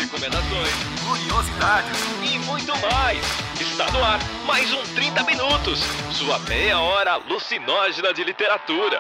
recomendações, curiosidades e muito mais. Está no ar mais um 30 Minutos, sua meia hora alucinógena de literatura.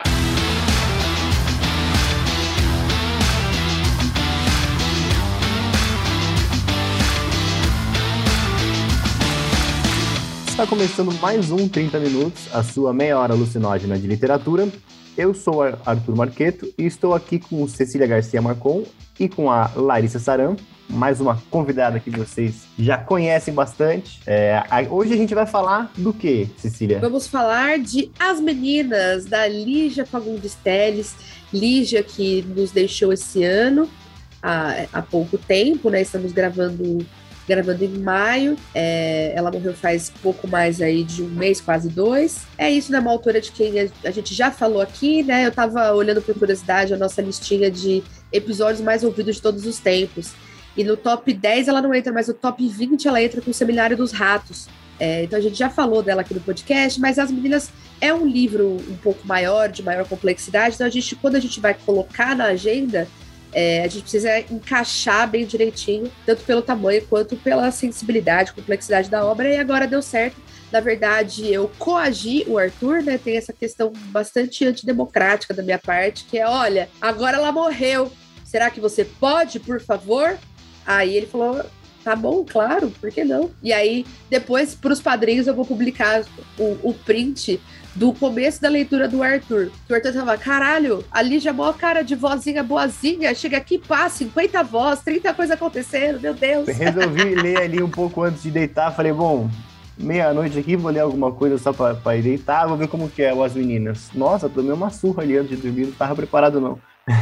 Está começando mais um 30 Minutos, a sua meia hora alucinógena de literatura. Eu sou Arthur Marqueto e estou aqui com Cecília Garcia Marcon e com a Larissa Saran, mais uma convidada que vocês já conhecem bastante. Hoje a gente vai falar do quê, Cecília? Vamos falar de As Meninas, da Lígia Fagundes Telles. Lígia, que nos deixou esse ano, há pouco tempo, né? Estamos gravando em maio. Ela morreu faz pouco mais aí de um mês, quase 2. É isso, né? Uma autora de quem a gente já falou aqui, né? Eu tava olhando por curiosidade a nossa listinha de episódios mais ouvidos de todos os tempos. E no top 10 ela não entra, mas no top 20 ela entra com o Seminário dos Ratos. Então a gente já falou dela aqui no podcast, mas As Meninas é um livro um pouco maior, de maior complexidade. Então quando a gente vai colocar na agenda, a gente precisa encaixar bem direitinho, tanto pelo tamanho quanto pela sensibilidade, complexidade da obra, e agora deu certo. Na verdade, eu coagi o Arthur, né? Tem essa questão bastante antidemocrática da minha parte, que é, olha, agora ela morreu, será que você pode, por favor? Aí ele falou, tá bom, claro, por que não? E aí, depois, para os padrinhos, eu vou publicar o print do começo da leitura do Arthur. O Arthur tava, caralho, a Lígia é mó cara de vozinha boazinha, chega aqui, pá, 50 voz, 30 coisas acontecendo, meu Deus. Resolvi ler ali um pouco antes de deitar, falei, bom, meia-noite aqui, vou ler alguma coisa só pra ir deitar, vou ver como que é o As Meninas. Nossa, tomei uma surra ali antes de dormir, não tava preparado não.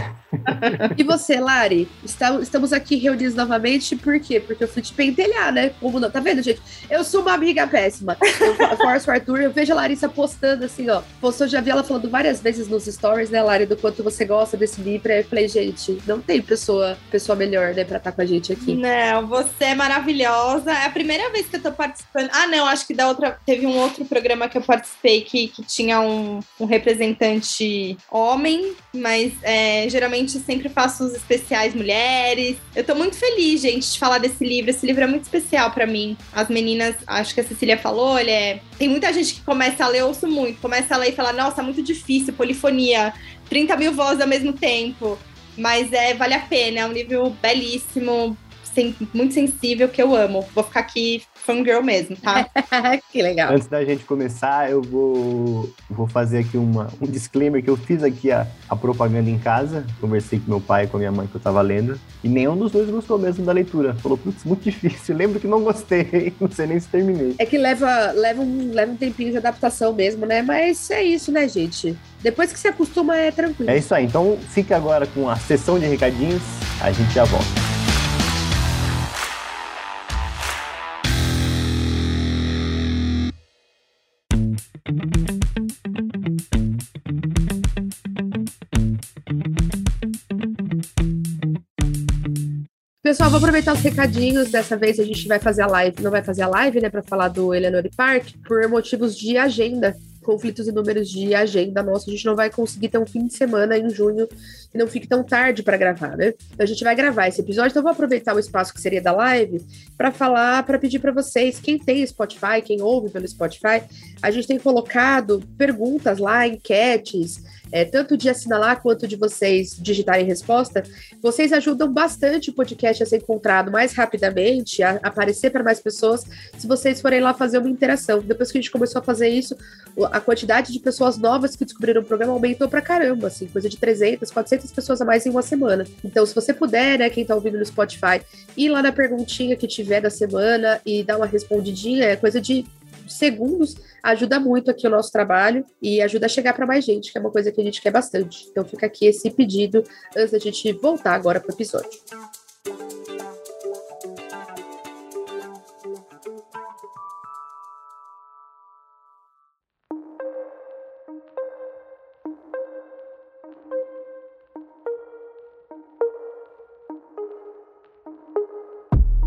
E você, Lari? Estamos aqui reunidos novamente, por quê? Porque eu fui te pentelhar, né? Como não? Tá vendo, gente? Eu sou uma amiga péssima. Eu forço o Arthur, eu vejo a Larissa postando assim, ó. Postou, já vi ela falando várias vezes nos stories, né, Lari, do quanto você gosta desse livro. Aí eu falei, gente, não tem pessoa melhor, né, pra estar com a gente aqui. Não, você é maravilhosa. É a primeira vez que eu tô participando. Ah, não, acho que teve um outro programa que eu participei que tinha um representante homem, mas geralmente sempre faço os especiais mulheres. Eu tô muito feliz, gente, de falar desse livro. Esse livro é muito especial pra mim. As Meninas, acho que a Cecília falou, tem muita gente que começa a ler, eu ouço muito, começa a ler e fala, nossa, muito difícil, polifonia, 30 mil vozes ao mesmo tempo. Mas vale a pena, é um livro belíssimo, muito sensível, que eu amo. Vou ficar aqui fangirl mesmo, tá? Que legal. Antes da gente começar, eu vou fazer aqui um disclaimer, que eu fiz aqui a propaganda em casa, conversei com meu pai e com a minha mãe que eu tava lendo, e nenhum dos dois gostou mesmo da leitura. Falou, putz, muito difícil, lembro que não gostei, não sei nem se terminei. É que leva um tempinho de adaptação mesmo, né? Mas é isso, né, gente? Depois que se acostuma, é tranquilo. É isso aí, então fique agora com a sessão de recadinhos, a gente já volta. Pessoal, vou aproveitar os recadinhos. Dessa vez a gente vai fazer a live, não vai fazer a live, né, para falar do Eleanor Park, por motivos de agenda, conflitos e números de agenda nossa. A gente não vai conseguir ter um fim de semana em junho e não fique tão tarde para gravar, né? Então a gente vai gravar esse episódio, então eu vou aproveitar o espaço que seria da live para pedir para vocês, quem tem Spotify, quem ouve pelo Spotify, a gente tem colocado perguntas lá, enquetes, tanto de assinalar quanto de vocês digitarem resposta. Vocês ajudam bastante o podcast a ser encontrado mais rapidamente, a aparecer para mais pessoas, se vocês forem lá fazer uma interação. Depois que a gente começou a fazer isso, a quantidade de pessoas novas que descobriram o programa aumentou pra caramba, assim, coisa de 300, 400 pessoas a mais em uma semana. Então, se você puder, né, quem tá ouvindo no Spotify, ir lá na perguntinha que tiver da semana e dar uma respondidinha, é coisa de segundos, ajuda muito aqui o nosso trabalho e ajuda a chegar para mais gente, que é uma coisa que a gente quer bastante. Então fica aqui esse pedido antes da gente voltar agora pro episódio.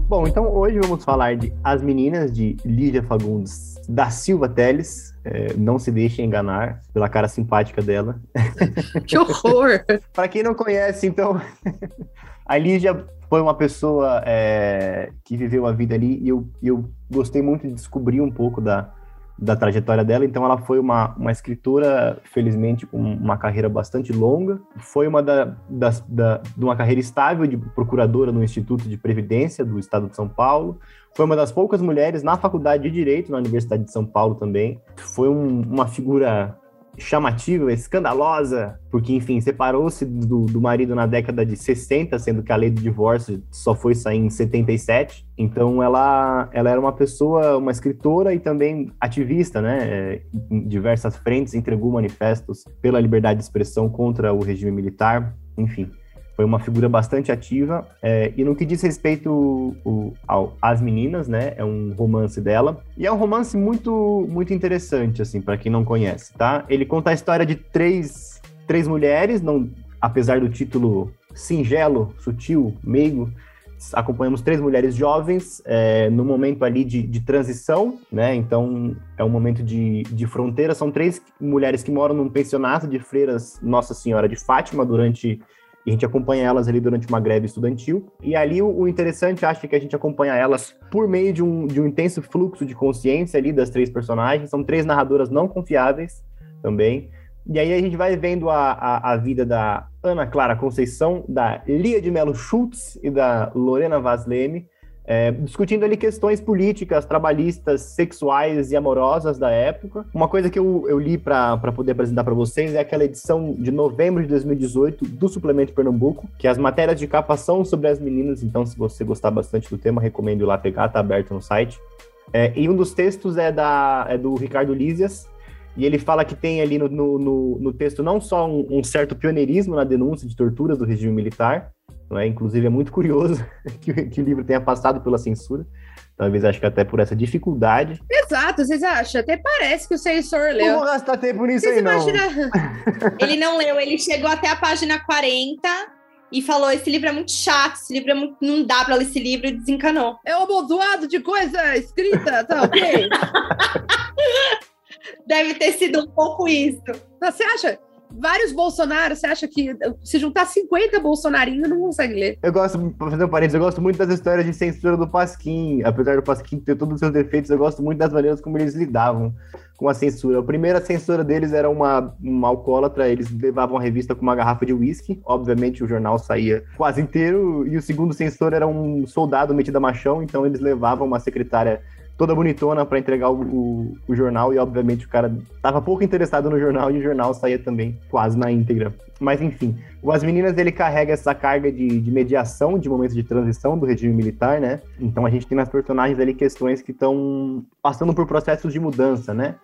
Bom, então hoje vamos falar de As Meninas, de Lígia Fagundes da Silva Teles. Não se deixem enganar pela cara simpática dela. Que horror! Para quem não conhece, então, a Lígia foi uma pessoa que viveu a vida ali e eu gostei muito de descobrir um pouco da trajetória dela. Então, ela foi uma escritora, felizmente, com uma carreira bastante longa. Foi de uma carreira estável de procuradora no Instituto de Previdência do Estado de São Paulo. Foi uma das poucas mulheres na Faculdade de Direito, na Universidade de São Paulo também. Foi uma figura chamativa, escandalosa, porque, enfim, separou-se do marido na década de 60, sendo que a lei do divórcio só foi sair em 77. Então, ela era uma pessoa, uma escritora e também ativista, né? Em diversas frentes, entregou manifestos pela liberdade de expressão contra o regime militar, enfim. Foi uma figura bastante ativa, e no que diz respeito às Meninas, né, é um romance dela, e é um romance muito, muito interessante, assim, para quem não conhece, tá? Ele conta a história de três mulheres, não, apesar do título singelo, sutil, meigo, acompanhamos três mulheres jovens, no momento ali de transição, né, então é um momento de fronteira, são três mulheres que moram num pensionato de freiras Nossa Senhora de Fátima e a gente acompanha elas ali durante uma greve estudantil. E ali o interessante, acho que a gente acompanha elas por meio de um intenso fluxo de consciência ali das três personagens. São três narradoras não confiáveis também. E aí a gente vai vendo a vida da Ana Clara Conceição, da Lia de Mello Schultz e da Lorena Vaz Leme, discutindo ali questões políticas, trabalhistas, sexuais e amorosas da época. Uma coisa que eu li para poder apresentar para vocês é aquela edição de novembro de 2018 do Suplemento Pernambuco, que as matérias de capa são sobre as meninas, então se você gostar bastante do tema, recomendo ir lá pegar, tá aberto no site. E um dos textos é do Ricardo Lísias, e ele fala que tem ali no texto não só um certo pioneirismo na denúncia de torturas do regime militar, não é? Inclusive é muito curioso que o livro tenha passado pela censura, talvez acho que até por essa dificuldade. Exato, vocês acham? Até parece que o censor leu. Não vou gastar tempo nisso aí, não. Ele não leu, ele chegou até a página 40 e falou, esse livro é muito chato, esse livro não dá pra ler esse livro, e desencanou. É um amontoado de coisa escrita, tá ok? Deve ter sido um pouco isso. Você acha? Vários Bolsonaros, você acha que se juntar 50 bolsonarinhos não consegue ler? Eu gosto, pra fazer um parênteses, eu gosto muito das histórias de censura do Pasquim. Apesar do Pasquim ter todos os seus defeitos, eu gosto muito das maneiras como eles lidavam com a censura. A primeira censura deles era uma alcoólatra, eles levavam a revista com uma garrafa de uísque, obviamente o jornal saía quase inteiro, e o segundo censor era um soldado metido a machão, então eles levavam uma secretária toda bonitona para entregar o jornal, e obviamente o cara estava pouco interessado no jornal e o jornal saía também quase na íntegra. Mas enfim, o As Meninas, ele carrega essa carga de mediação, de momentos de transição do regime militar, né? Então a gente tem nas personagens ali questões que estão passando por processos de mudança, né?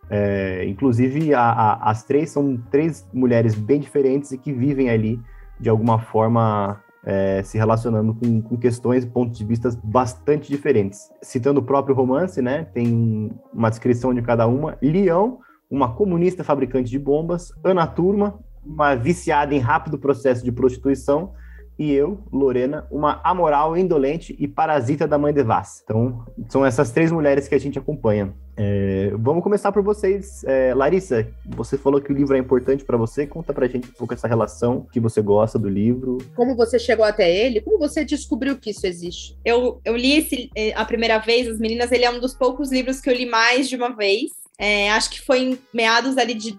Inclusive as três são três mulheres bem diferentes e que vivem ali de alguma forma se relacionando com questões e pontos de vista bastante diferentes. Citando o próprio romance, né, tem uma descrição de cada uma. Leão, uma comunista fabricante de bombas. Ana Turma, uma viciada em rápido processo de prostituição. E eu, Lorena, uma amoral, indolente e parasita da mãe devassa. Então, são essas três mulheres que a gente acompanha. Vamos começar por vocês. Larissa, você falou que o livro é importante para você. Conta pra gente um pouco essa relação que você gosta do livro. Como você chegou até ele? Como você descobriu que isso existe? Eu li a primeira vez, As Meninas, ele é um dos poucos livros que eu li mais de uma vez. Acho que foi em meados ali de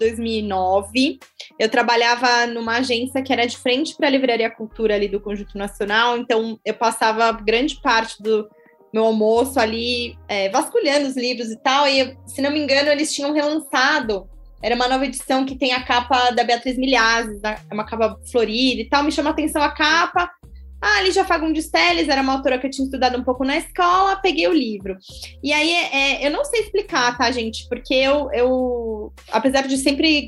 2009. Eu trabalhava numa agência que era de frente para a Livraria Cultura ali do Conjunto Nacional, então eu passava grande parte do meu almoço ali vasculhando os livros e tal, e se não me engano eles tinham relançado, era uma nova edição que tem a capa da Beatriz Milhazes, uma capa florida e tal, me chamou a atenção a capa. A Lígia Fagundes Teles era uma autora que eu tinha estudado um pouco na escola, peguei o livro. E aí, eu não sei explicar, tá, gente? Porque eu apesar de sempre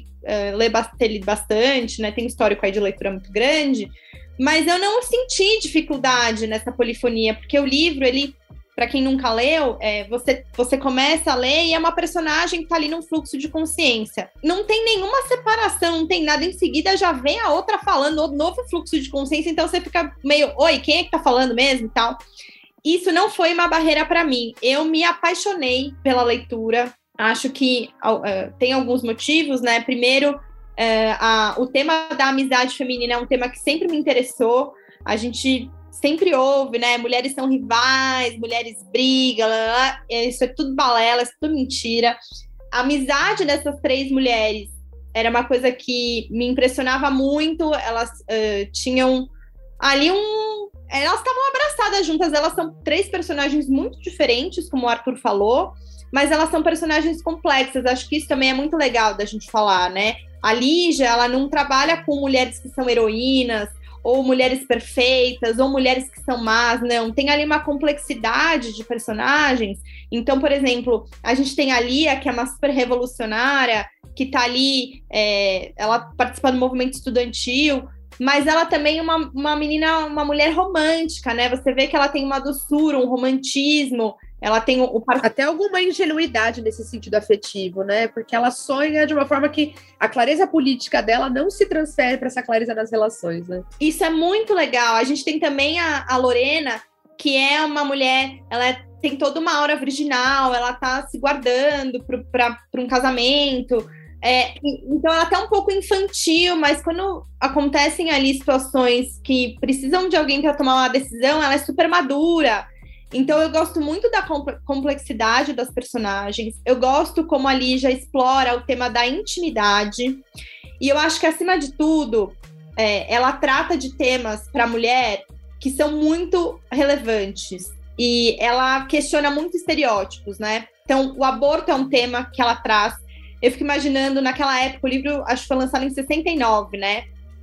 ter lido bastante, né, tem um histórico aí de leitura muito grande, mas eu não senti dificuldade nessa polifonia, porque o livro, ele, para quem nunca leu, você começa a ler e é uma personagem que tá ali num fluxo de consciência. Não tem nenhuma separação, não tem nada. Em seguida já vem a outra falando, novo fluxo de consciência, então você fica meio, oi, quem é que tá falando mesmo e tal? isso não foi uma barreira para mim. Eu me apaixonei pela leitura. Acho que tem alguns motivos, né? Primeiro, o tema da amizade feminina é um tema que sempre me interessou. A gente sempre ouve, né? Mulheres são rivais, mulheres brigam, isso é tudo balela, isso é tudo mentira. A amizade dessas 3 mulheres era uma coisa que me impressionava muito. Elas tinham ali elas estavam abraçadas juntas. Elas são 3 personagens muito diferentes, como o Arthur falou, mas elas são personagens complexas. Acho que isso também é muito legal da gente falar, né? A Lígia, ela não trabalha com mulheres que são heroínas, ou mulheres perfeitas, ou mulheres que são más, não. Tem ali uma complexidade de personagens. Então, por exemplo, a gente tem a Lia, que é uma super revolucionária, que tá ali, ela participa do movimento estudantil, mas ela também é uma menina, uma mulher romântica, né? Você vê que ela tem uma doçura, um romantismo, ela tem até alguma ingenuidade nesse sentido afetivo, né? Porque ela sonha de uma forma que a clareza política dela não se transfere para essa clareza nas relações, né? Isso é muito legal. A gente tem também a Lorena, que é uma mulher, ela tem toda uma aura virginal, ela tá se guardando para um casamento. Então ela tá um pouco infantil, mas quando acontecem ali situações que precisam de alguém para tomar uma decisão, ela é super madura. Então eu gosto muito da complexidade das personagens. Eu gosto como a Lígia explora o tema da intimidade. E eu acho que, acima de tudo, ela trata de temas para a mulher que são muito relevantes. E ela questiona muito estereótipos, né? Então, o aborto é um tema que ela traz. Eu fico imaginando, naquela época, o livro acho que foi lançado em 69, né?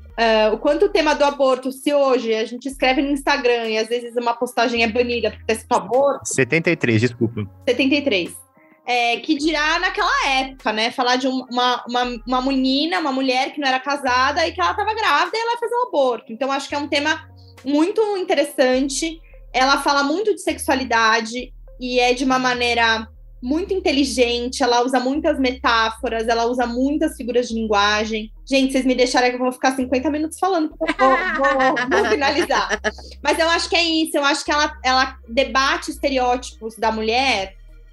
O quanto o tema do aborto, se hoje a gente escreve no Instagram e às vezes uma postagem é banida porque tá escrito aborto... 73, desculpa. 73. Que dirá naquela época, né? Falar de uma menina, uma mulher que não era casada e que ela estava grávida e ela ia fazer um aborto. Então, acho que é um tema muito interessante. Ela fala muito de sexualidade e é de uma maneira muito inteligente, ela usa muitas metáforas, ela usa muitas figuras de linguagem. Gente, vocês me deixaram que eu vou ficar 50 minutos falando, vou finalizar. Mas eu acho que é isso, eu acho que ela debate estereótipos da mulher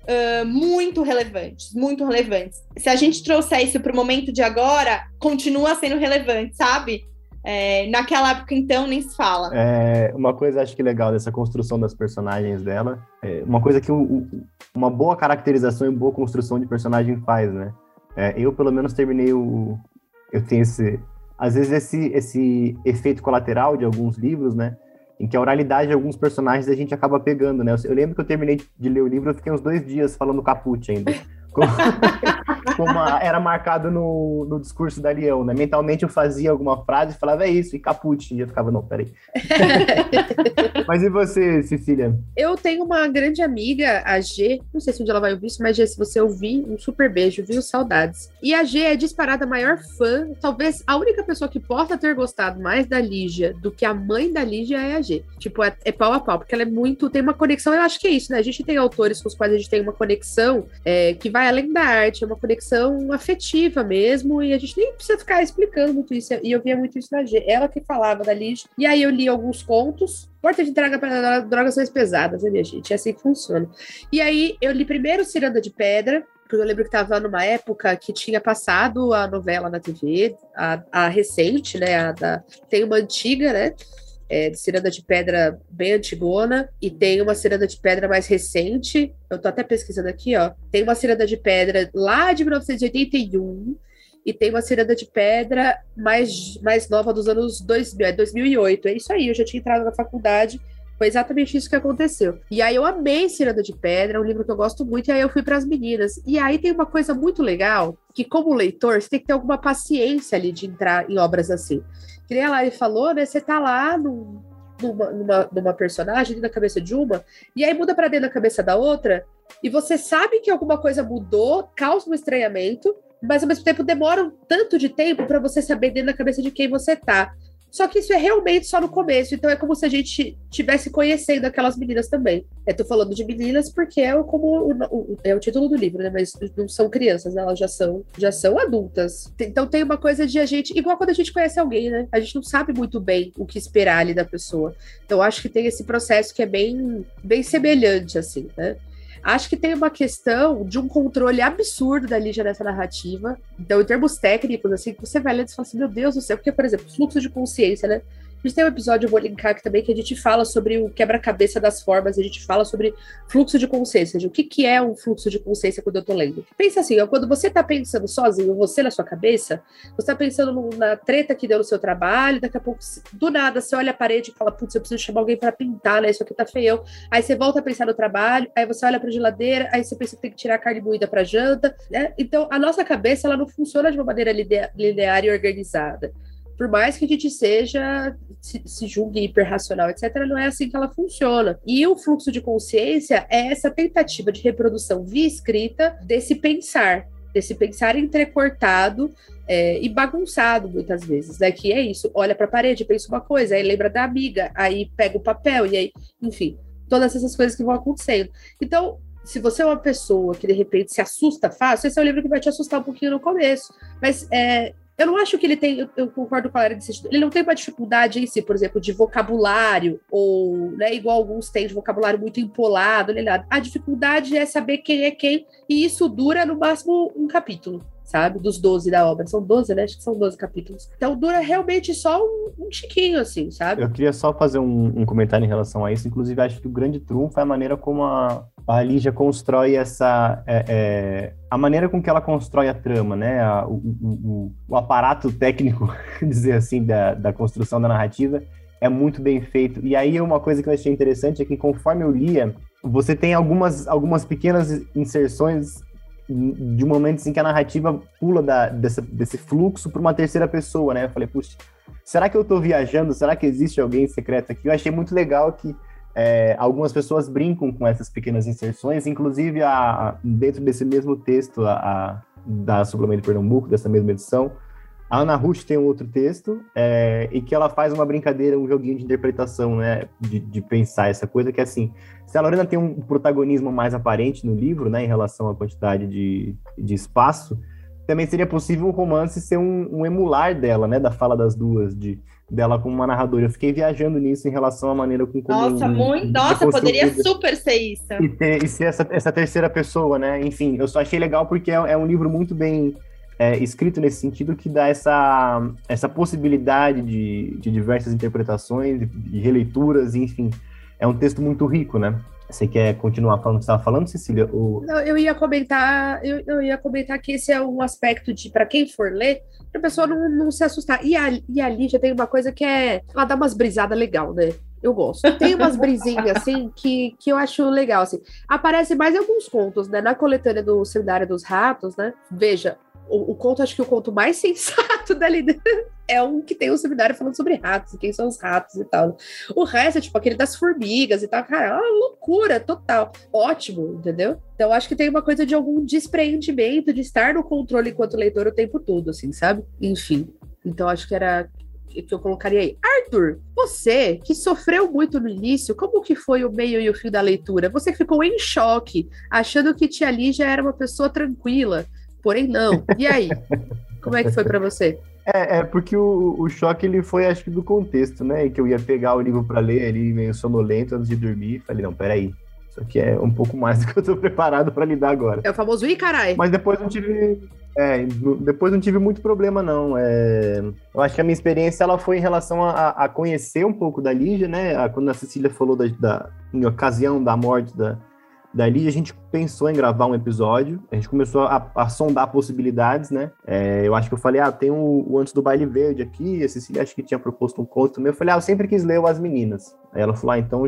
muito relevantes, muito relevantes. Se a gente trouxer isso para o momento de agora, continua sendo relevante, sabe? Naquela época, então, nem se fala. Uma coisa, acho que legal dessa construção das personagens dela, uma coisa que uma boa caracterização e boa construção de personagem faz, né? Eu, pelo menos, terminei eu tenho às vezes esse efeito colateral de alguns livros, né? Em que a oralidade de alguns personagens a gente acaba pegando, né? Eu lembro que eu terminei de ler o livro, eu fiquei uns 2 dias falando caput ainda. Como era marcado no discurso da Leão, né? Mentalmente eu fazia alguma frase e falava, isso, e caput. E eu ficava, não, peraí. Mas e você, Cecília? Eu tenho uma grande amiga, a G, não sei se um dia ela vai ouvir isso, mas G, se você ouvir, um super beijo, viu? Saudades. E a G é disparada a maior fã, talvez a única pessoa que possa ter gostado mais da Lígia do que a mãe da Lígia é a G. Tipo, é pau a pau, porque ela tem uma conexão, eu acho que é isso, né? A gente tem autores com os quais a gente tem uma conexão que vai além da arte, é uma conexão afetiva mesmo, e a gente nem precisa ficar explicando muito isso, e eu via muito isso na G, ela que falava da Lígia, e aí eu li alguns contos, porta de entrega para drogas mais pesadas, né, minha gente, é assim que funciona. E aí eu li primeiro Ciranda de Pedra, porque eu lembro que estava numa época que tinha passado a novela na TV, a recente, né, tem uma antiga, né, de Ciranda de Pedra bem antigona, e tem uma Ciranda de Pedra mais recente, eu tô até pesquisando aqui, ó, tem uma Ciranda de Pedra lá de 1981, e tem uma Ciranda de Pedra mais nova dos anos 2000, 2008, é isso aí, eu já tinha entrado na faculdade, foi exatamente isso que aconteceu. E aí eu amei Ciranda de Pedra, é um livro que eu gosto muito, e aí eu fui para as meninas. E aí tem uma coisa muito legal, que como leitor, você tem que ter alguma paciência ali de entrar em obras assim. Que nem a Lari falou, né? Você tá lá numa personagem, na cabeça de uma, e aí muda para dentro da cabeça da outra, e você sabe que alguma coisa mudou, causa um estranhamento, mas ao mesmo tempo demora um tanto de tempo para você saber dentro da cabeça de quem você tá. Só que isso é realmente só no começo, então é como se a gente estivesse conhecendo aquelas meninas também. Eu tô falando de meninas porque é o título do livro, né? Mas não são crianças, né? Elas já são adultas. Então tem uma coisa de a gente, igual quando a gente conhece alguém, né? A gente não sabe muito bem o que esperar ali da pessoa. Então acho que tem esse processo que é bem, bem semelhante, assim, né? Acho que tem uma questão de um controle absurdo da Lígia nessa narrativa. Então, em termos técnicos, assim, que você vai lendo e fala assim, meu Deus do céu, porque, por exemplo, fluxo de consciência, né? A gente tem um episódio, eu vou linkar aqui também, que a gente fala sobre o quebra-cabeça das formas, a gente fala sobre fluxo de consciência, o que é um fluxo de consciência quando eu tô lendo. Pensa assim, ó, quando você tá pensando sozinho, você na sua cabeça, você tá pensando na treta que deu no seu trabalho, daqui a pouco, do nada, você olha a parede e fala, putz, eu preciso chamar alguém pra pintar, né, isso aqui tá feião. Aí você volta a pensar no trabalho, aí você olha pra geladeira, aí você pensa que tem que tirar a carne moída pra janta, né? Então, a nossa cabeça, ela não funciona de uma maneira linear e organizada. Por mais que a gente se julgue hiperracional, etc., não é assim que ela funciona. E o fluxo de consciência é essa tentativa de reprodução via escrita desse pensar entrecortado e bagunçado, muitas vezes, né? Que é isso, olha para a parede, pensa uma coisa, aí lembra da amiga, aí pega o papel, e aí, enfim, todas essas coisas que vão acontecendo. Então, se você é uma pessoa que, de repente, se assusta fácil, esse é um livro que vai te assustar um pouquinho no começo, mas eu não acho que ele tem, eu concordo com a Lara nesse sentido, ele não tem uma dificuldade em si, por exemplo, de vocabulário, ou, né, igual alguns têm, de vocabulário muito empolado, nem nada. A dificuldade é saber quem é quem, e isso dura no máximo um capítulo, sabe? Dos 12 da obra. São 12, né? Acho que são 12 capítulos. Então dura realmente só um tiquinho, assim, sabe? Eu queria só fazer um comentário em relação a isso. Inclusive, acho que o grande trunfo é a maneira como a Lígia constrói a maneira com que ela constrói a trama, né? O aparato técnico, dizer assim, da construção da narrativa é muito bem feito. E aí uma coisa que eu achei interessante é que conforme eu lia, você tem algumas pequenas inserções de momentos em que a narrativa pula desse fluxo para uma terceira pessoa, né? Eu falei, puxa, será que eu tô viajando? Será que existe alguém secreto aqui? Eu achei muito legal que algumas pessoas brincam com essas pequenas inserções, inclusive dentro desse mesmo texto da Suplemento de Pernambuco, dessa mesma edição, a Ana Rush tem um outro texto e que ela faz uma brincadeira, um joguinho de interpretação, né, de pensar essa coisa que é assim, se a Lorena tem um protagonismo mais aparente no livro, né, em relação à quantidade de espaço, também seria possível um romance ser um emular dela, né, da fala das duas, dela como uma narradora. Eu fiquei viajando nisso em relação à maneira como... Nossa, poderia super ser isso. E ser essa terceira pessoa, né? Enfim, eu só achei legal porque é um livro muito bem escrito nesse sentido, que dá essa possibilidade de diversas interpretações, de releituras, enfim. É um texto muito rico, né? Você quer continuar falando o que você estava falando, Cecília? Não, eu ia comentar que esse é um aspecto de, para quem for ler, a pessoa não se assustar. E a Lígia tem uma coisa que ela dá umas brisadas legal, né? Eu gosto. Tem umas brisinhas, assim, que eu acho legal, assim. Aparece mais em alguns contos, né? Na coletânea do Seminário dos Ratos, né? Veja, o conto, acho que o conto mais sensato dali é um que tem um seminário falando sobre ratos, e quem são os ratos e tal. O resto é tipo aquele das formigas e tal, cara, é uma loucura total. Ótimo, entendeu? Então acho que tem uma coisa de algum despreendimento de estar no controle enquanto leitor o tempo todo, assim, sabe? Enfim, então acho que era que eu colocaria aí. Arthur, você que sofreu muito no início, como que foi o meio e o fim da leitura? Você ficou em choque, achando que tia Lígia era uma pessoa tranquila, porém não. E aí? Como é que foi pra você? Porque o choque, ele foi, acho que, do contexto, né? Que eu ia pegar o livro pra ler ali, meio sonolento, antes de dormir. Falei, não, peraí. Isso aqui é um pouco mais do que eu tô preparado pra lidar agora. É o famoso ih, carai. Mas depois não tive muito problema, não. Eu acho que a minha experiência, ela foi em relação a conhecer um pouco da Lígia, né? Quando a Cecília falou em ocasião da morte da Lígia, a gente pensou em gravar um episódio, a gente começou a sondar possibilidades, né? Eu acho que eu falei, tem o Antes do Baile Verde aqui, a Cecília acho que tinha proposto um conto também. Eu falei, eu sempre quis ler o As Meninas. Aí ela falou, então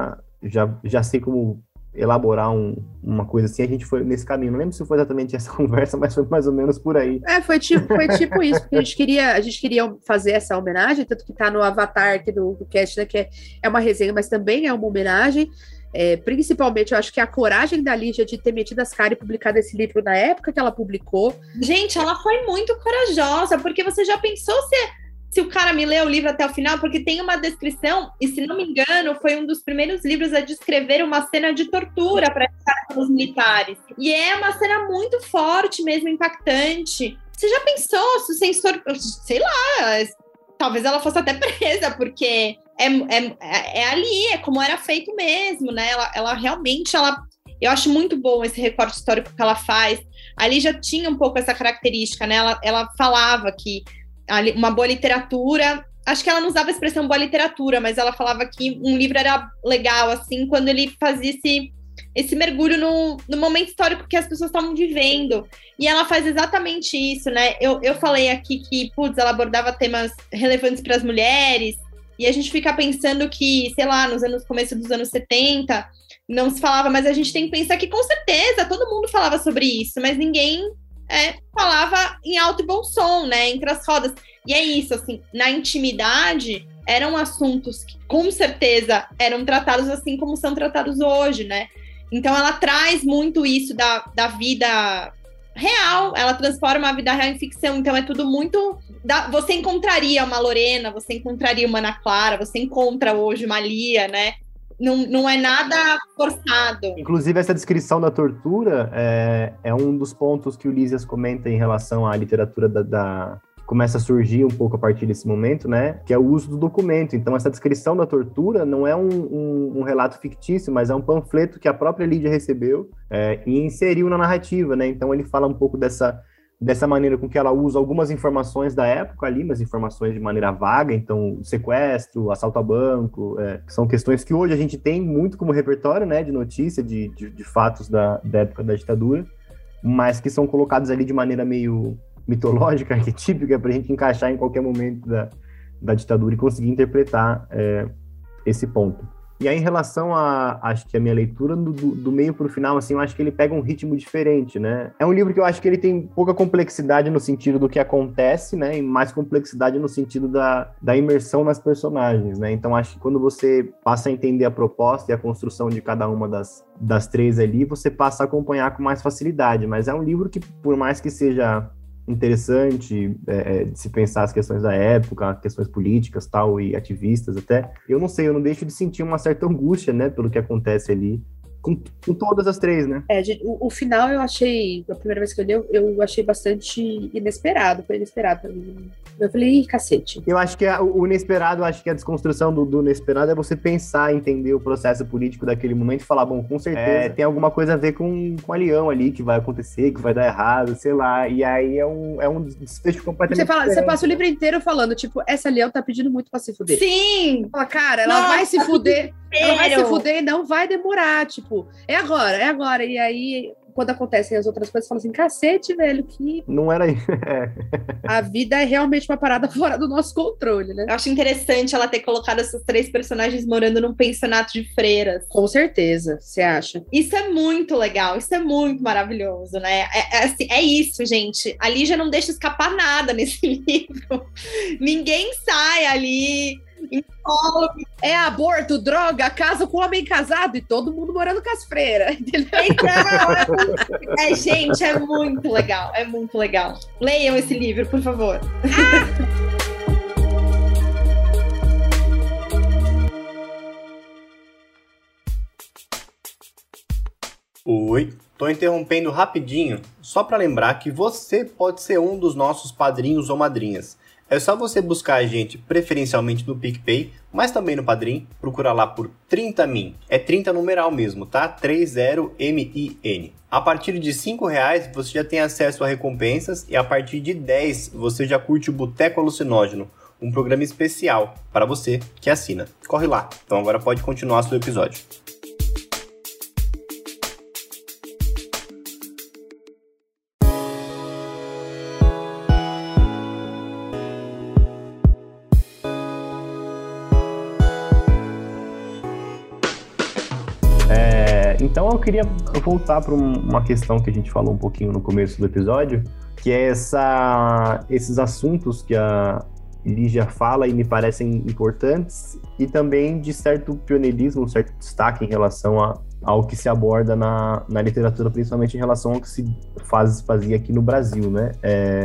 já sei como elaborar uma coisa assim, a gente foi nesse caminho. Não lembro se foi exatamente essa conversa, mas foi mais ou menos por aí. Foi tipo isso, porque a gente queria fazer essa homenagem, tanto que tá no avatar aqui do cast, né, que é uma resenha, mas também é uma homenagem. Principalmente, eu acho que a coragem da Lígia de ter metido as caras e publicado esse livro na época que ela publicou. Gente, ela foi muito corajosa, porque você já pensou se o cara me leu o livro até o final, porque tem uma descrição, e se não me engano, foi um dos primeiros livros a descrever uma cena de tortura para os militares. E é uma cena muito forte mesmo, impactante. Você já pensou se o censor, sei lá, talvez ela fosse até presa, porque é ali, é como era feito mesmo, né? Ela realmente, eu acho muito bom esse recorte histórico que ela faz. Ali já tinha um pouco essa característica, né? Ela falava que uma boa literatura, acho que ela não usava a expressão boa literatura, mas ela falava que um livro era legal, assim, quando ele fazia esse mergulho no momento histórico que as pessoas estavam vivendo. E ela faz exatamente isso, né? Eu falei aqui que, ela abordava temas relevantes para as mulheres, e a gente fica pensando que, sei lá, começo dos anos 70, não se falava, mas a gente tem que pensar que, com certeza, todo mundo falava sobre isso, mas ninguém falava em alto e bom som, né, entre as rodas. E é isso, assim, na intimidade, eram assuntos que, com certeza, eram tratados assim como são tratados hoje, né? Então, ela traz muito isso da vida real, ela transforma a vida real em ficção, então é tudo muito... Você encontraria uma Lorena, você encontraria uma Ana Clara, você encontra hoje uma Lia, né? Não é nada forçado. Inclusive, essa descrição da tortura é um dos pontos que o Lísias comenta em relação à literatura que começa a surgir um pouco a partir desse momento, né? Que é o uso do documento. Então, essa descrição da tortura não é um relato fictício, mas é um panfleto que a própria Lídia recebeu e inseriu na narrativa, né? Então, ele fala um pouco dessa maneira com que ela usa algumas informações da época ali, mas informações de maneira vaga, então sequestro, assalto a banco, que são questões que hoje a gente tem muito como repertório, né, de notícia, de fatos da época da ditadura, mas que são colocados ali de maneira meio mitológica, arquetípica, para a gente encaixar em qualquer momento da ditadura e conseguir interpretar esse ponto. E aí, em relação acho que a minha leitura, do meio para o final, assim, eu acho que ele pega um ritmo diferente, né? É um livro que eu acho que ele tem pouca complexidade no sentido do que acontece, né? E mais complexidade no sentido da imersão nas personagens, né? Então, acho que quando você passa a entender a proposta e a construção de cada uma das três ali, você passa a acompanhar com mais facilidade. Mas é um livro que, por mais que seja interessante de se pensar as questões da época, questões políticas tal, e ativistas até, eu não deixo de sentir uma certa angústia, né, pelo que acontece ali, com todas as três, né? O final eu achei, a primeira vez que eu li, eu achei bastante inesperado, foi inesperado pra mim. Eu falei, cacete. Eu acho que o inesperado, acho que a desconstrução do inesperado é você pensar, entender o processo político daquele momento e falar, bom, com certeza tem alguma coisa a ver com a Leão ali, que vai acontecer, que vai dar errado, sei lá, e aí é um desfecho completamente Você passa o livro inteiro falando, tipo, essa Leão tá pedindo muito pra se fuder. Sim! Fala, cara, ela vai se fuder, e não vai demorar, tipo, é agora. E aí, quando acontecem as outras coisas, fala assim, cacete, velho, que... Não era isso. A vida é realmente uma parada fora do nosso controle, né? Eu acho interessante ela ter colocado essas três personagens morando num pensionato de freiras. Com certeza, você acha? Isso é muito legal, isso é muito maravilhoso, né? Assim, é isso, gente. A Lígia não deixa escapar nada nesse livro. Ninguém sai ali... É aborto, droga, casa com homem casado e todo mundo morando com as freiras, entendeu? Então, gente, é muito legal, é muito legal. Leiam esse livro, por favor. Oi, tô interrompendo rapidinho, só para lembrar que você pode ser um dos nossos padrinhos ou madrinhas. É só você buscar a gente, preferencialmente no PicPay, mas também no Padrim, procura lá por 30min. É 30 numeral mesmo, tá? 30min. A partir de R$5 você já tem acesso a recompensas e a partir de 10 você já curte o Boteco Alucinógeno, um programa especial para você que assina. Corre lá. Então agora pode continuar seu episódio. Então eu queria voltar para uma questão que a gente falou um pouquinho no começo do episódio, que é esses assuntos que a Lígia fala e me parecem importantes, e também de certo pioneirismo, um certo destaque em relação ao que se aborda na literatura, principalmente em relação ao que se fazia aqui no Brasil, né?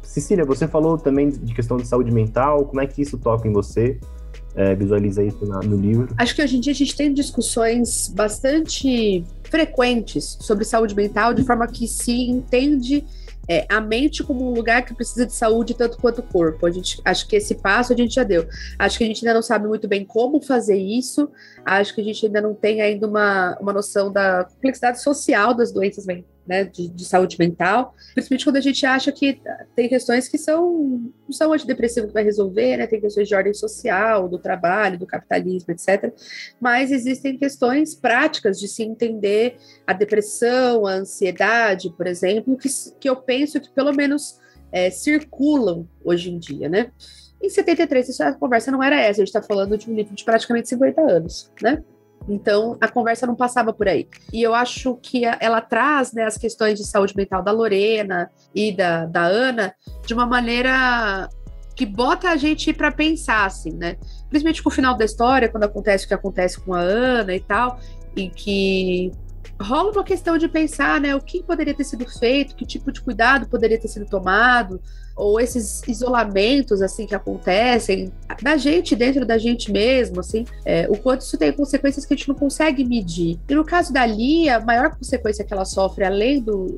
Cecília, você falou também de questão de saúde mental, como é que isso toca em você? Visualiza isso no livro? Acho que hoje em dia a gente tem discussões bastante frequentes sobre saúde mental, de forma que se entende a mente como um lugar que precisa de saúde tanto quanto o corpo. Acho que esse passo a gente já deu. Acho que a gente ainda não sabe muito bem como fazer isso. Acho que a gente ainda não tem ainda uma noção da complexidade social das doenças mentais, né, de saúde mental, principalmente quando a gente acha que tem questões que não são antidepressivo que vai resolver, né, tem questões de ordem social, do trabalho, do capitalismo, etc. Mas existem questões práticas de se entender a depressão, a ansiedade, por exemplo, que eu penso que pelo menos circulam hoje em dia, né? Em 73, a conversa não era essa, a gente está falando de um livro de praticamente 50 anos, né? Então, a conversa não passava por aí. E eu acho que ela traz, né, as questões de saúde mental da Lorena e da Ana de uma maneira que bota a gente para pensar, assim, né? Principalmente com o final da história, quando acontece o que acontece com a Ana e tal, e que rola uma questão de pensar, né, o que poderia ter sido feito, que tipo de cuidado poderia ter sido tomado, ou esses isolamentos, assim, que acontecem da gente, dentro da gente mesmo, assim, o quanto isso tem consequências que a gente não consegue medir. E no caso da Lia, a maior consequência que ela sofre, além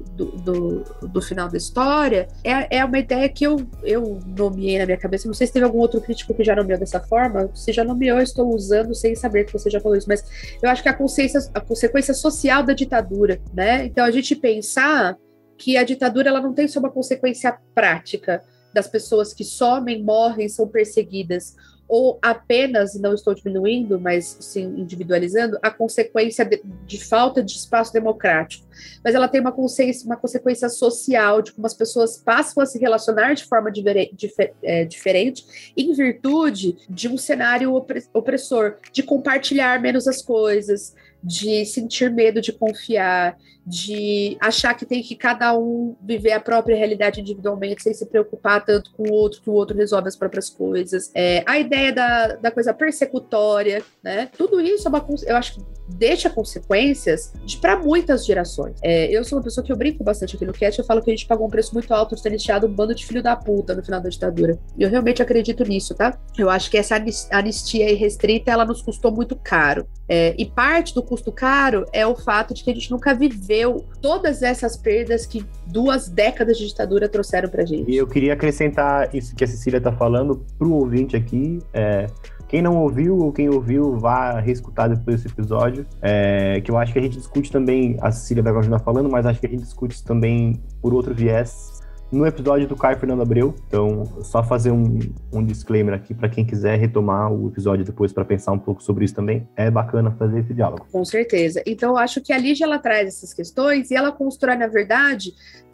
do final da história, é uma ideia que eu nomeei na minha cabeça. Não sei se teve algum outro crítico que já nomeou dessa forma. Se já nomeou, eu estou usando sem saber que você já falou isso, mas eu acho que a consequência social da ditadura, né? Então, a gente pensar que a ditadura ela não tem só uma consequência prática das pessoas que somem, morrem, são perseguidas, ou apenas, não estou diminuindo, mas sim individualizando, a consequência de falta de espaço democrático. Mas ela tem uma consequência social, de como as pessoas passam a se relacionar de forma diferente, em virtude de um cenário opressor, de compartilhar menos as coisas, de sentir medo de confiar, de achar que tem que cada um viver a própria realidade individualmente, sem se preocupar tanto com o outro, que o outro resolve as próprias coisas. A ideia da coisa persecutória, né? Tudo isso eu acho que deixa consequências para muitas gerações. Eu sou uma pessoa que eu brinco bastante aqui no cast, eu falo que a gente pagou um preço muito alto de ter iniciado um bando de filho da puta no final da ditadura. E eu realmente acredito nisso, tá? Eu acho que essa anistia irrestrita, ela nos custou muito caro. E parte do custo caro é o fato de que a gente nunca viveu todas essas perdas que 2 décadas de ditadura trouxeram pra gente. E eu queria acrescentar isso que a Cecília tá falando pro ouvinte aqui. Quem não ouviu ou quem ouviu, vá reescutar depois desse episódio, que eu acho que a gente discute também, a Cecília vai continuar falando, mas acho que a gente discute isso também por outro viés no episódio do Caio Fernando Abreu. Então, só fazer um disclaimer aqui para quem quiser retomar o episódio depois para pensar um pouco sobre isso também. É bacana fazer esse diálogo. Com certeza. Então, eu acho que a Lígia, ela traz essas questões e ela constrói, na verdade,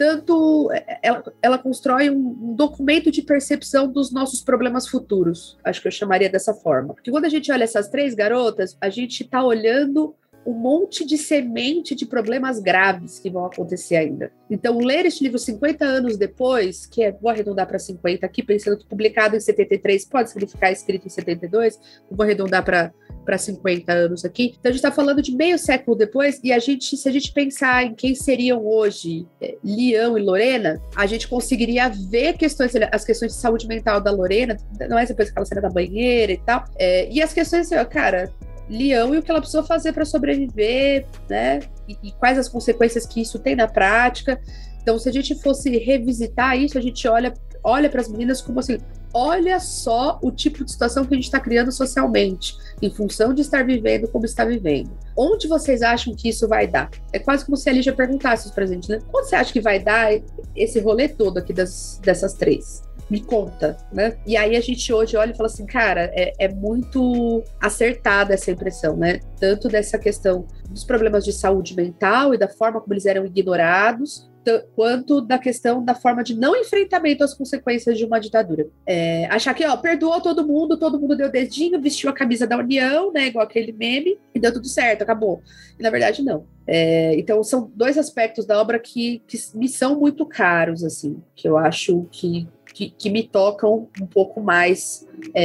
ela constrói um documento de percepção dos nossos problemas futuros. Acho que eu chamaria dessa forma. Porque quando a gente olha essas 3 garotas, a gente está olhando um monte de semente de problemas graves que vão acontecer ainda. Então, ler este livro 50 anos depois, vou arredondar para 50 aqui, pensando que publicado em 73 pode significar escrito em 72, vou arredondar para 50 anos aqui. Então, a gente está falando de meio século depois, e se a gente pensar em quem seriam hoje Leão e Lorena, a gente conseguiria ver as questões de saúde mental da Lorena, não é depois que ela saída da banheira e tal, e as questões assim, cara, Leão e o que ela precisou fazer para sobreviver, né? E quais as consequências que isso tem na prática. Então, se a gente fosse revisitar isso, a gente olha para as meninas como assim, olha só o tipo de situação que a gente está criando socialmente, em função de estar vivendo como está vivendo. Onde vocês acham que isso vai dar? É quase como se a Lígia perguntasse os presentes, né? Onde você acha que vai dar esse rolê todo aqui dessas 3? Me conta, né? E aí a gente hoje olha e fala assim, cara, é muito acertada essa impressão, né? Tanto dessa questão dos problemas de saúde mental e da forma como eles eram ignorados, quanto da questão da forma de não enfrentamento às consequências de uma ditadura. Achar que, perdoou todo mundo deu dedinho, vestiu a camisa da União, né? Igual aquele meme, e deu tudo certo, acabou. E na verdade, não. Então, são 2 aspectos da obra que me são muito caros, assim, que eu acho que me tocam um pouco mais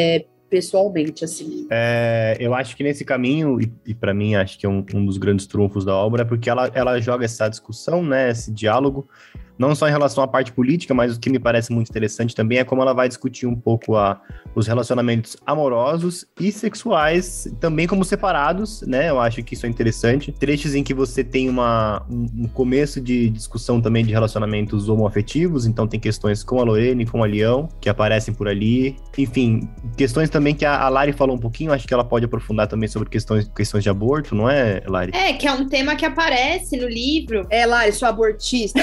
pessoalmente, assim. Eu acho que nesse caminho, e para mim acho que é um dos grandes trunfos da obra, é porque ela joga essa discussão, né, esse diálogo, não só em relação à parte política, mas o que me parece muito interessante também é como ela vai discutir um pouco os relacionamentos amorosos e sexuais, também como separados, né? Eu acho que isso é interessante. Trechos em que você tem um começo de discussão também de relacionamentos homoafetivos, então tem questões com a Lorena e com a Leão, que aparecem por ali. Enfim, questões também que a Lari falou um pouquinho, acho que ela pode aprofundar também sobre questões de aborto, não é, Lari? Que é um tema que aparece no livro. Lari, sou abortista.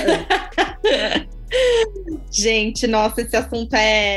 Gente, nossa, esse assunto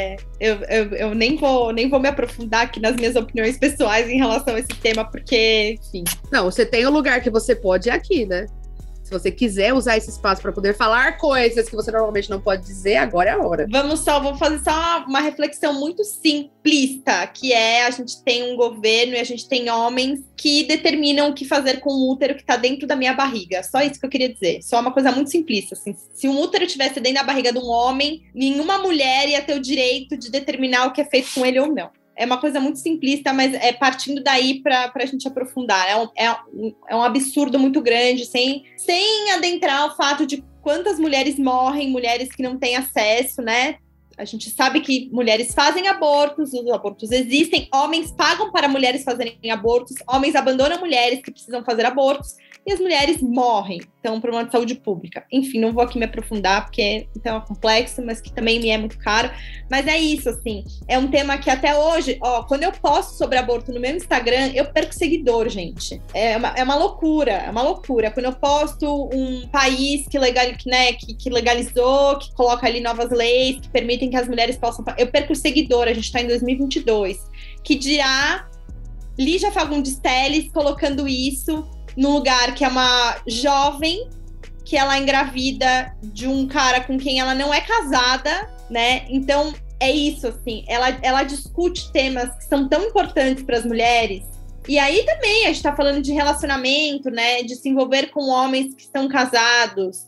eu nem vou me aprofundar aqui nas minhas opiniões pessoais em relação a esse tema, porque, enfim. Não, você tem o lugar que você pode aqui, né? Se você quiser usar esse espaço para poder falar coisas que você normalmente não pode dizer, agora é a hora. Vou fazer só uma reflexão muito simplista, que a gente tem um governo e a gente tem homens que determinam o que fazer com o útero que está dentro da minha barriga. Só isso que eu queria dizer. Só uma coisa muito simplista. Assim, se um útero estivesse dentro da barriga de um homem, nenhuma mulher ia ter o direito de determinar o que é feito com ele ou não. É uma coisa muito simplista, mas é partindo daí para a gente aprofundar. É um absurdo muito grande, sem adentrar o fato de quantas mulheres morrem, mulheres que não têm acesso, né? A gente sabe que mulheres fazem abortos, os abortos existem, homens pagam para mulheres fazerem abortos, homens abandonam mulheres que precisam fazer abortos, e as mulheres morrem. Então, um problema de saúde pública. Enfim, não vou aqui me aprofundar, porque é um tema complexo, mas que também me é muito caro. Mas é isso, assim, é um tema que até hoje, quando eu posto sobre aborto no meu Instagram, eu perco seguidor, gente. É uma loucura, é uma loucura. Quando eu posto um país que legalizou, que coloca ali novas leis, que permitem que as mulheres possam... Eu perco seguidor, a gente tá em 2022. Que dirá Lígia Fagundes Telles colocando isso num lugar que é uma jovem, que ela engravida de um cara com quem ela não é casada, né? Então, é isso, assim, ela discute temas que são tão importantes para as mulheres. E aí também a gente tá falando de relacionamento, né? De se envolver com homens que estão casados,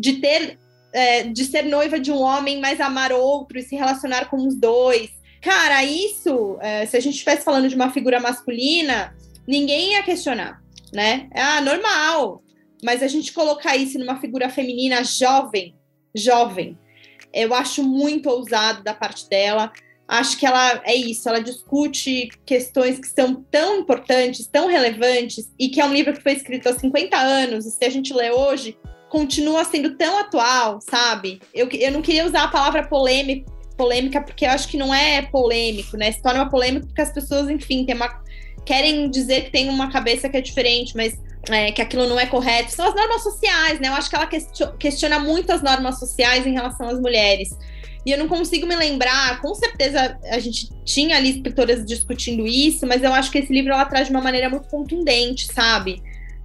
de ser noiva de um homem, mas amar outro e se relacionar com os dois. Cara, isso, se a gente estivesse falando de uma figura masculina, ninguém ia questionar, né? Normal. Mas a gente colocar isso numa figura feminina jovem, eu acho muito ousado da parte dela. Acho que ela discute questões que são tão importantes, tão relevantes, e que é um livro que foi escrito há 50 anos, e se a gente lê hoje, continua sendo tão atual, sabe? Eu não queria usar a palavra polêmica, porque eu acho que não é polêmico, né? Se torna uma polêmica porque as pessoas, enfim, querem dizer que tem uma cabeça que é diferente, mas que aquilo não é correto. São as normas sociais, né? Eu acho que ela questiona muito as normas sociais em relação às mulheres. E eu não consigo me lembrar, com certeza a gente tinha ali escritoras discutindo isso, mas eu acho que esse livro ela traz de uma maneira muito contundente, sabe?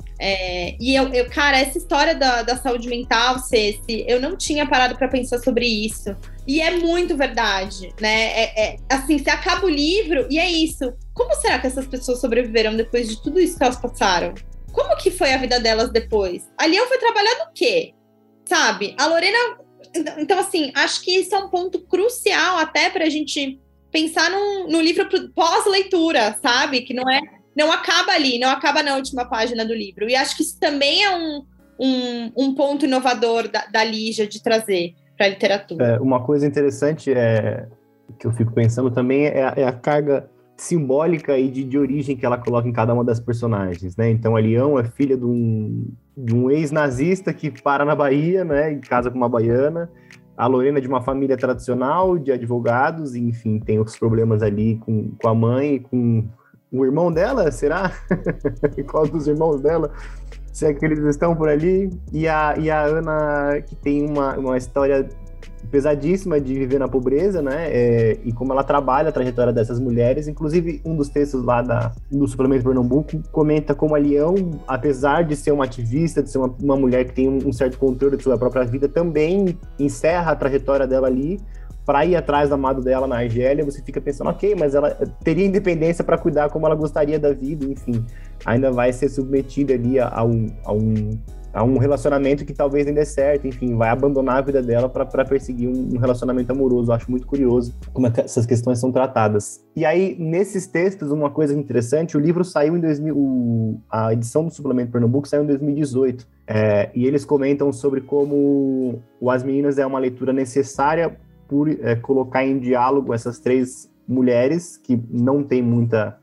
Cara, essa história da saúde mental, Ceci, eu não tinha parado para pensar sobre isso. E é muito verdade, né? Assim, você acaba o livro e é isso. Como será que essas pessoas sobreviveram depois de tudo isso que elas passaram? Como que foi a vida delas depois? A Leão foi trabalhar no quê? Sabe? A Lorena... Então, assim, acho que isso é um ponto crucial até pra gente pensar no livro pós-leitura, sabe? Que não acaba ali, não acaba na última página do livro. E acho que isso também é um ponto inovador da Lígia de trazer para a literatura. Uma coisa interessante que eu fico pensando também é a carga simbólica e de origem que ela coloca em cada uma das personagens, né? Então, a Leão é filha de um ex-nazista que para na Bahia, né? E casa com uma baiana. A Lorena é de uma família tradicional, de advogados, e, enfim, tem os problemas ali com a mãe e com o irmão dela, será? Qual dos irmãos dela? Se é que eles estão por ali. E a Ana, que tem uma história pesadíssima de viver na pobreza, né? E como ela trabalha a trajetória dessas mulheres. Inclusive, um dos textos lá do Suplemento Pernambuco comenta como a Leão, apesar de ser uma ativista, de ser uma mulher que tem um certo controle de sua própria vida, também encerra a trajetória dela ali para ir atrás do amado dela na Argélia. Você fica pensando, ok, mas ela teria independência para cuidar como ela gostaria da vida, enfim. Ainda vai ser submetida ali a a um relacionamento que talvez nem dê certo, enfim, vai abandonar a vida dela para perseguir um relacionamento amoroso. Eu acho muito curioso como essas questões são tratadas. E aí, nesses textos, uma coisa interessante, o livro saiu em 2000, a edição do Suplemento Pernambuco saiu em 2018, e eles comentam sobre como o As Meninas é uma leitura necessária por colocar em diálogo essas três mulheres que não têm muita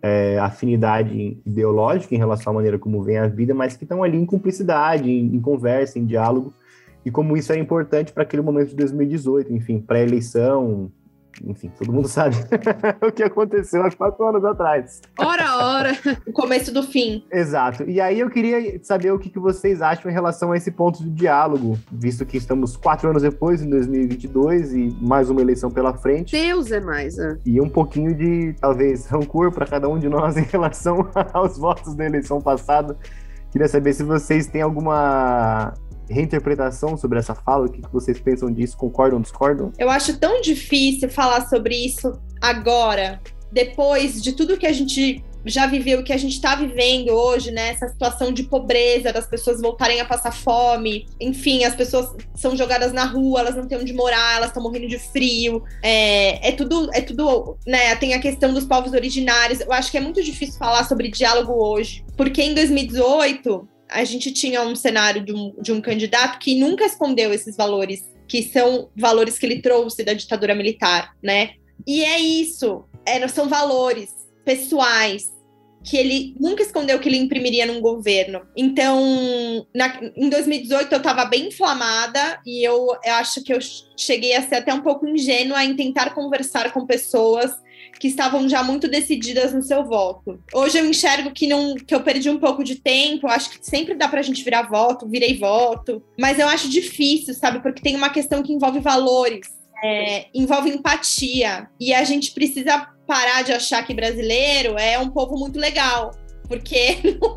afinidade ideológica em relação à maneira como vem a vida, mas que estão ali em cumplicidade, em conversa, em diálogo, e como isso é importante para aquele momento de 2018, enfim, pré-eleição, enfim, todo mundo sabe o que aconteceu há 4 anos atrás. Ora! O começo do fim. Exato. E aí eu queria saber o que vocês acham em relação a esse ponto de diálogo, visto que estamos 4 anos depois, em 2022, e mais uma eleição pela frente. Deus é mais, E um pouquinho de, talvez, rancor para cada um de nós em relação aos votos da eleição passada. Queria saber se vocês têm alguma reinterpretação sobre essa fala, o que vocês pensam disso, concordam ou discordam? Eu acho tão difícil falar sobre isso agora, depois de tudo que a gente já viveu, que a gente está vivendo hoje, né? Essa situação de pobreza, das pessoas voltarem a passar fome, enfim, as pessoas são jogadas na rua, elas não têm onde morar, elas estão morrendo de frio, é tudo, né? Tem a questão dos povos originários. Eu acho que é muito difícil falar sobre diálogo hoje, porque em 2018 a gente tinha um cenário de um candidato que nunca escondeu esses valores, que são valores que ele trouxe da ditadura militar, né? E é isso, são valores pessoais que ele nunca escondeu que ele imprimiria num governo. Então, em 2018 eu estava bem inflamada e eu acho que eu cheguei a ser até um pouco ingênua em tentar conversar com pessoas que estavam já muito decididas no seu voto. Hoje eu enxergo que eu perdi um pouco de tempo, acho que sempre dá pra gente virar voto, virei voto, mas eu acho difícil, sabe, porque tem uma questão que envolve valores, envolve empatia, e a gente precisa parar de achar que brasileiro é um povo muito legal, porque não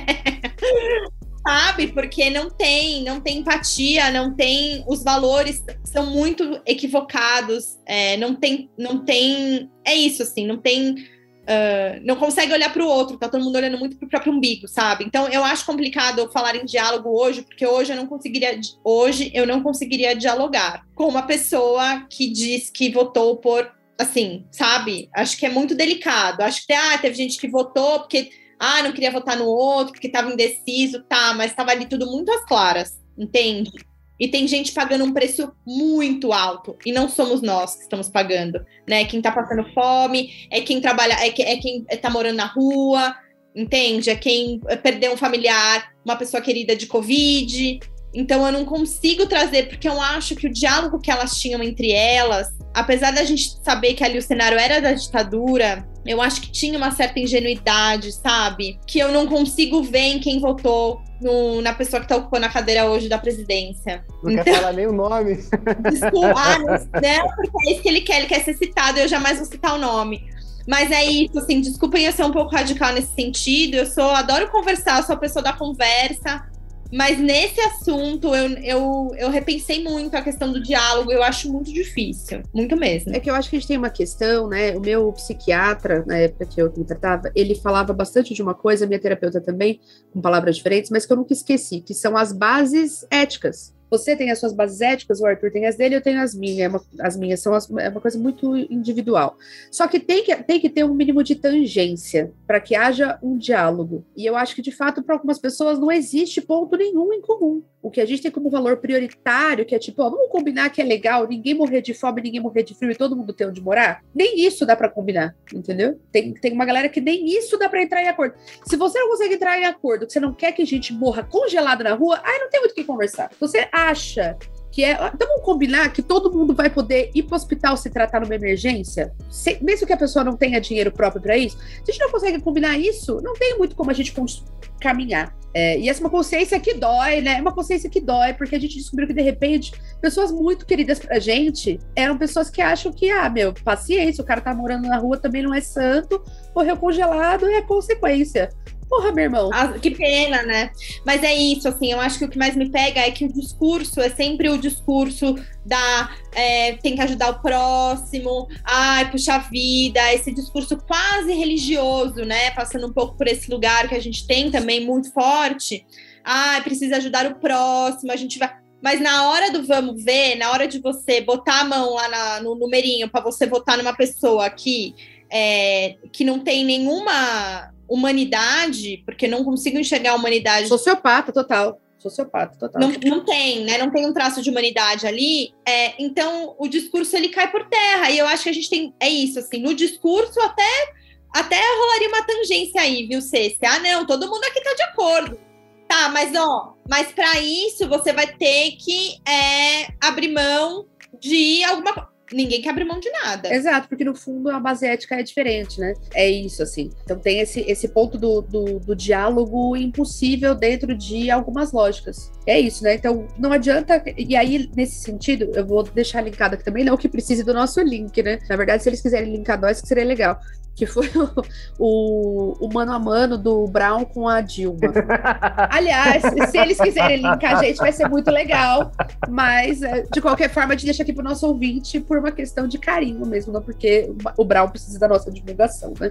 é... Sabe? Porque não tem empatia, não tem, os valores são muito equivocados, não tem, é isso, assim, não tem, não consegue olhar para o outro, tá todo mundo olhando muito para o próprio umbigo, sabe? Então, eu acho complicado falar em diálogo hoje, porque hoje eu não conseguiria dialogar com uma pessoa que diz que votou por, assim, sabe? Acho que é muito delicado, acho que teve gente que votou porque não queria votar no outro, porque estava indeciso, mas estava ali tudo muito às claras, entende? E tem gente pagando um preço muito alto, e não somos nós que estamos pagando, né? Quem está passando fome, é quem trabalha, é quem está morando na rua, entende? É quem perdeu um familiar, uma pessoa querida de Covid. Então eu não consigo trazer, porque eu acho que o diálogo que elas tinham entre elas, apesar da gente saber que ali o cenário era da ditadura, eu acho que tinha uma certa ingenuidade, sabe? Que eu não consigo ver em quem votou na pessoa que tá ocupando a cadeira hoje da presidência. Não quer falar nem o nome. Desculpa, não, porque é isso que ele quer ser citado, eu jamais vou citar o nome. Mas é isso, assim, desculpem eu ser um pouco radical nesse sentido, eu adoro conversar, eu sou a pessoa da conversa, mas nesse assunto eu repensei muito a questão do diálogo, eu acho muito difícil, muito mesmo. É que eu acho que a gente tem uma questão, né, o meu psiquiatra, na época que eu me tratava, ele falava bastante de uma coisa, minha terapeuta também, com palavras diferentes, mas que eu nunca esqueci, que são as bases éticas. Você tem as suas bases éticas, o Arthur tem as dele, eu tenho as minhas. As minhas são é uma coisa muito individual. Só que tem que ter um mínimo de tangência para que haja um diálogo. E eu acho que, de fato, para algumas pessoas não existe ponto nenhum em comum. O que a gente tem como valor prioritário, que é tipo, vamos combinar que é legal, ninguém morrer de fome, ninguém morrer de frio e todo mundo ter onde morar? Nem isso dá para combinar, entendeu? Tem uma galera que nem isso dá para entrar em acordo. Se você não consegue entrar em acordo, que você não quer que a gente morra congelada na rua, aí não tem muito o que conversar. Você acha que então vamos combinar que todo mundo vai poder ir para o hospital se tratar numa emergência, mesmo que a pessoa não tenha dinheiro próprio para isso. Se a gente não consegue combinar isso, não tem muito como a gente caminhar. E essa é uma consciência que dói, né? É uma consciência que dói, porque a gente descobriu que, de repente, pessoas muito queridas pra gente eram pessoas que acham que, paciência, o cara tá morando na rua, também não é santo, morreu congelado, é consequência. Porra, meu irmão. Que pena, né? Mas é isso, assim, eu acho que o que mais me pega é que o discurso é sempre o discurso tem que ajudar o próximo, puxa vida, esse discurso quase religioso, né? Passando um pouco por esse lugar que a gente tem também muito forte. precisa ajudar o próximo, a gente vai... Mas na hora do vamos ver, na hora de você botar a mão lá no numerinho para você votar numa pessoa que não tem nenhuma humanidade, porque não consigo enxergar a humanidade. Sociopata total. Não tem, né? Não tem um traço de humanidade ali. Então, o discurso, ele cai por terra. E eu acho que a gente tem... É isso, assim. No discurso, até rolaria uma tangência aí, viu, Ceci? Não, todo mundo aqui tá de acordo. Tá, mas para isso, você vai ter que abrir mão de alguma coisa. Ninguém quer abrir mão de nada. Exato, porque no fundo a base ética é diferente, né? É isso, assim. Então tem esse ponto do diálogo impossível dentro de algumas lógicas. É isso, né? Então não adianta... E aí, nesse sentido, eu vou deixar linkado aqui também, não que precise do nosso link, né? Na verdade, se eles quiserem linkar nós, que seria legal. Que foi o mano a mano do Brown com a Dilma. Aliás, se eles quiserem linkar a gente, vai ser muito legal. Mas, de qualquer forma, a gente deixa aqui pro nosso ouvinte por uma questão de carinho mesmo, não porque o Brown precisa da nossa divulgação, né?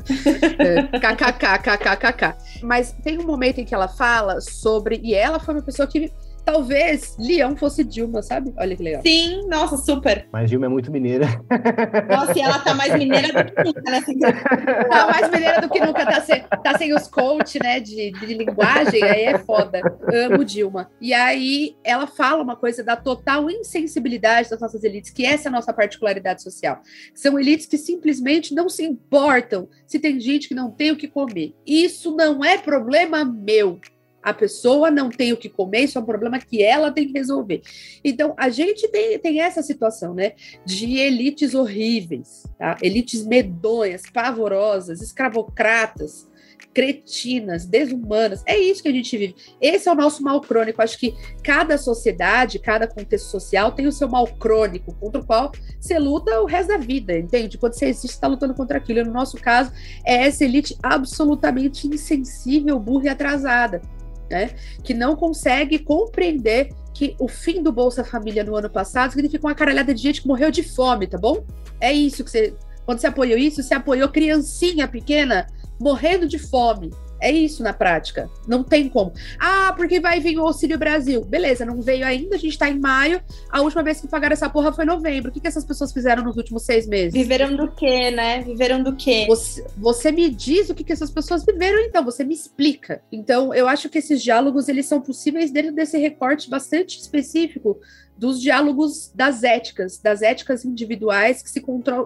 KKK. Mas tem um momento em que ela fala sobre... E ela foi uma pessoa que... Talvez Leão fosse Dilma, sabe? Olha que legal. Sim, nossa, super. Mas Dilma é muito mineira. Nossa, e ela tá mais mineira do que nunca, né? Tá mais mineira do que nunca, tá sem os coach, né, de linguagem, aí é foda. Amo Dilma. E aí ela fala uma coisa da total insensibilidade das nossas elites, que essa é a nossa particularidade social. São elites que simplesmente não se importam se tem gente que não tem o que comer. Isso não é problema meu. A pessoa não tem o que comer, isso é um problema que ela tem que resolver. Então, a gente tem essa situação, né, de elites horríveis, tá? Elites medonhas, pavorosas, escravocratas, cretinas, desumanas. É isso que a gente vive. Esse é o nosso mal crônico. Acho que cada sociedade, cada contexto social tem o seu mal crônico, contra o qual você luta o resto da vida, entende? Quando você existe, você está lutando contra aquilo. E no nosso caso, é essa elite absolutamente insensível, burra e atrasada, né? Que não consegue compreender que o fim do Bolsa Família no ano passado significa uma caralhada de gente que morreu de fome, tá bom? É isso que você... Quando você apoiou isso, você apoiou criancinha pequena morrendo de fome. É isso na prática. Não tem como. Porque vai vir o Auxílio Brasil. Beleza, não veio ainda, a gente tá em maio. A última vez que pagaram essa porra foi em novembro. O que essas pessoas fizeram nos últimos 6 meses? Viveram do quê, né? Viveram do quê? Você me diz o que essas pessoas viveram, então. Você me explica. Então, eu acho que esses diálogos, eles são possíveis dentro desse recorte bastante específico dos diálogos das éticas individuais que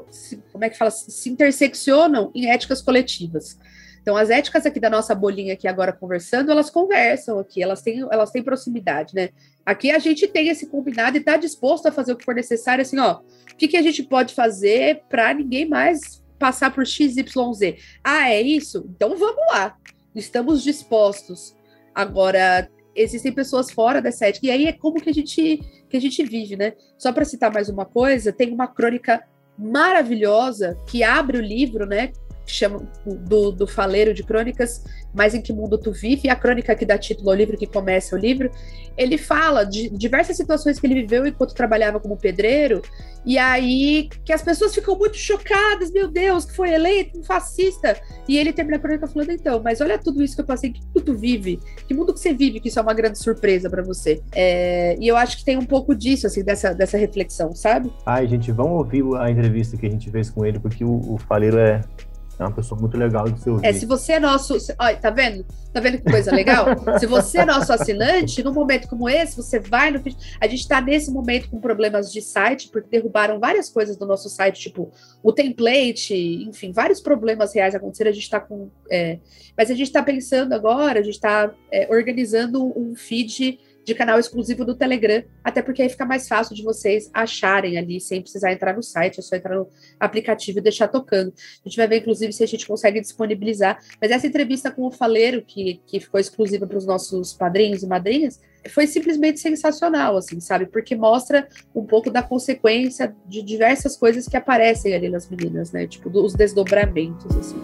se interseccionam em éticas coletivas. Então, as éticas aqui da nossa bolinha aqui agora conversando, elas conversam aqui, elas têm proximidade, né? Aqui a gente tem esse combinado e está disposto a fazer o que for necessário, assim, ó, o que a gente pode fazer para ninguém mais passar por XYZ? É isso? Então vamos lá, estamos dispostos. Agora, existem pessoas fora dessa ética, e aí é como que a gente vive, né? Só para citar mais uma coisa, tem uma crônica maravilhosa que abre o livro, né? Chama do Faleiro de Crônicas, Mas em Que Mundo Tu Vive, e a crônica que dá título ao livro, que começa o livro, ele fala de diversas situações que ele viveu enquanto trabalhava como pedreiro, e aí que as pessoas ficam muito chocadas, meu Deus, que foi eleito um fascista, e ele termina a crônica falando, então, mas olha tudo isso que eu passei, que mundo tu vive? Que mundo que você vive, que isso é uma grande surpresa para você? E eu acho que tem um pouco disso, assim, dessa reflexão, sabe? Gente, vamos ouvir a entrevista que a gente fez com ele, porque o Faleiro é uma pessoa muito legal de se ouvir. Se você é nosso... Olha, tá vendo? Tá vendo que coisa legal? Se você é nosso assinante, num momento como esse, você vai no... A gente tá nesse momento com problemas de site, porque derrubaram várias coisas do nosso site, tipo o template, enfim, vários problemas reais aconteceram, a gente tá com... Mas a gente tá pensando agora, a gente tá organizando um feed de canal exclusivo do Telegram, até porque aí fica mais fácil de vocês acharem ali, sem precisar entrar no site, é só entrar no aplicativo e deixar tocando. A gente vai ver, inclusive, se a gente consegue disponibilizar. Mas essa entrevista com o Faleiro, que ficou exclusiva para os nossos padrinhos e madrinhas, foi simplesmente sensacional, assim, sabe? Porque mostra um pouco da consequência de diversas coisas que aparecem ali nas meninas, né? Tipo, os desdobramentos, assim.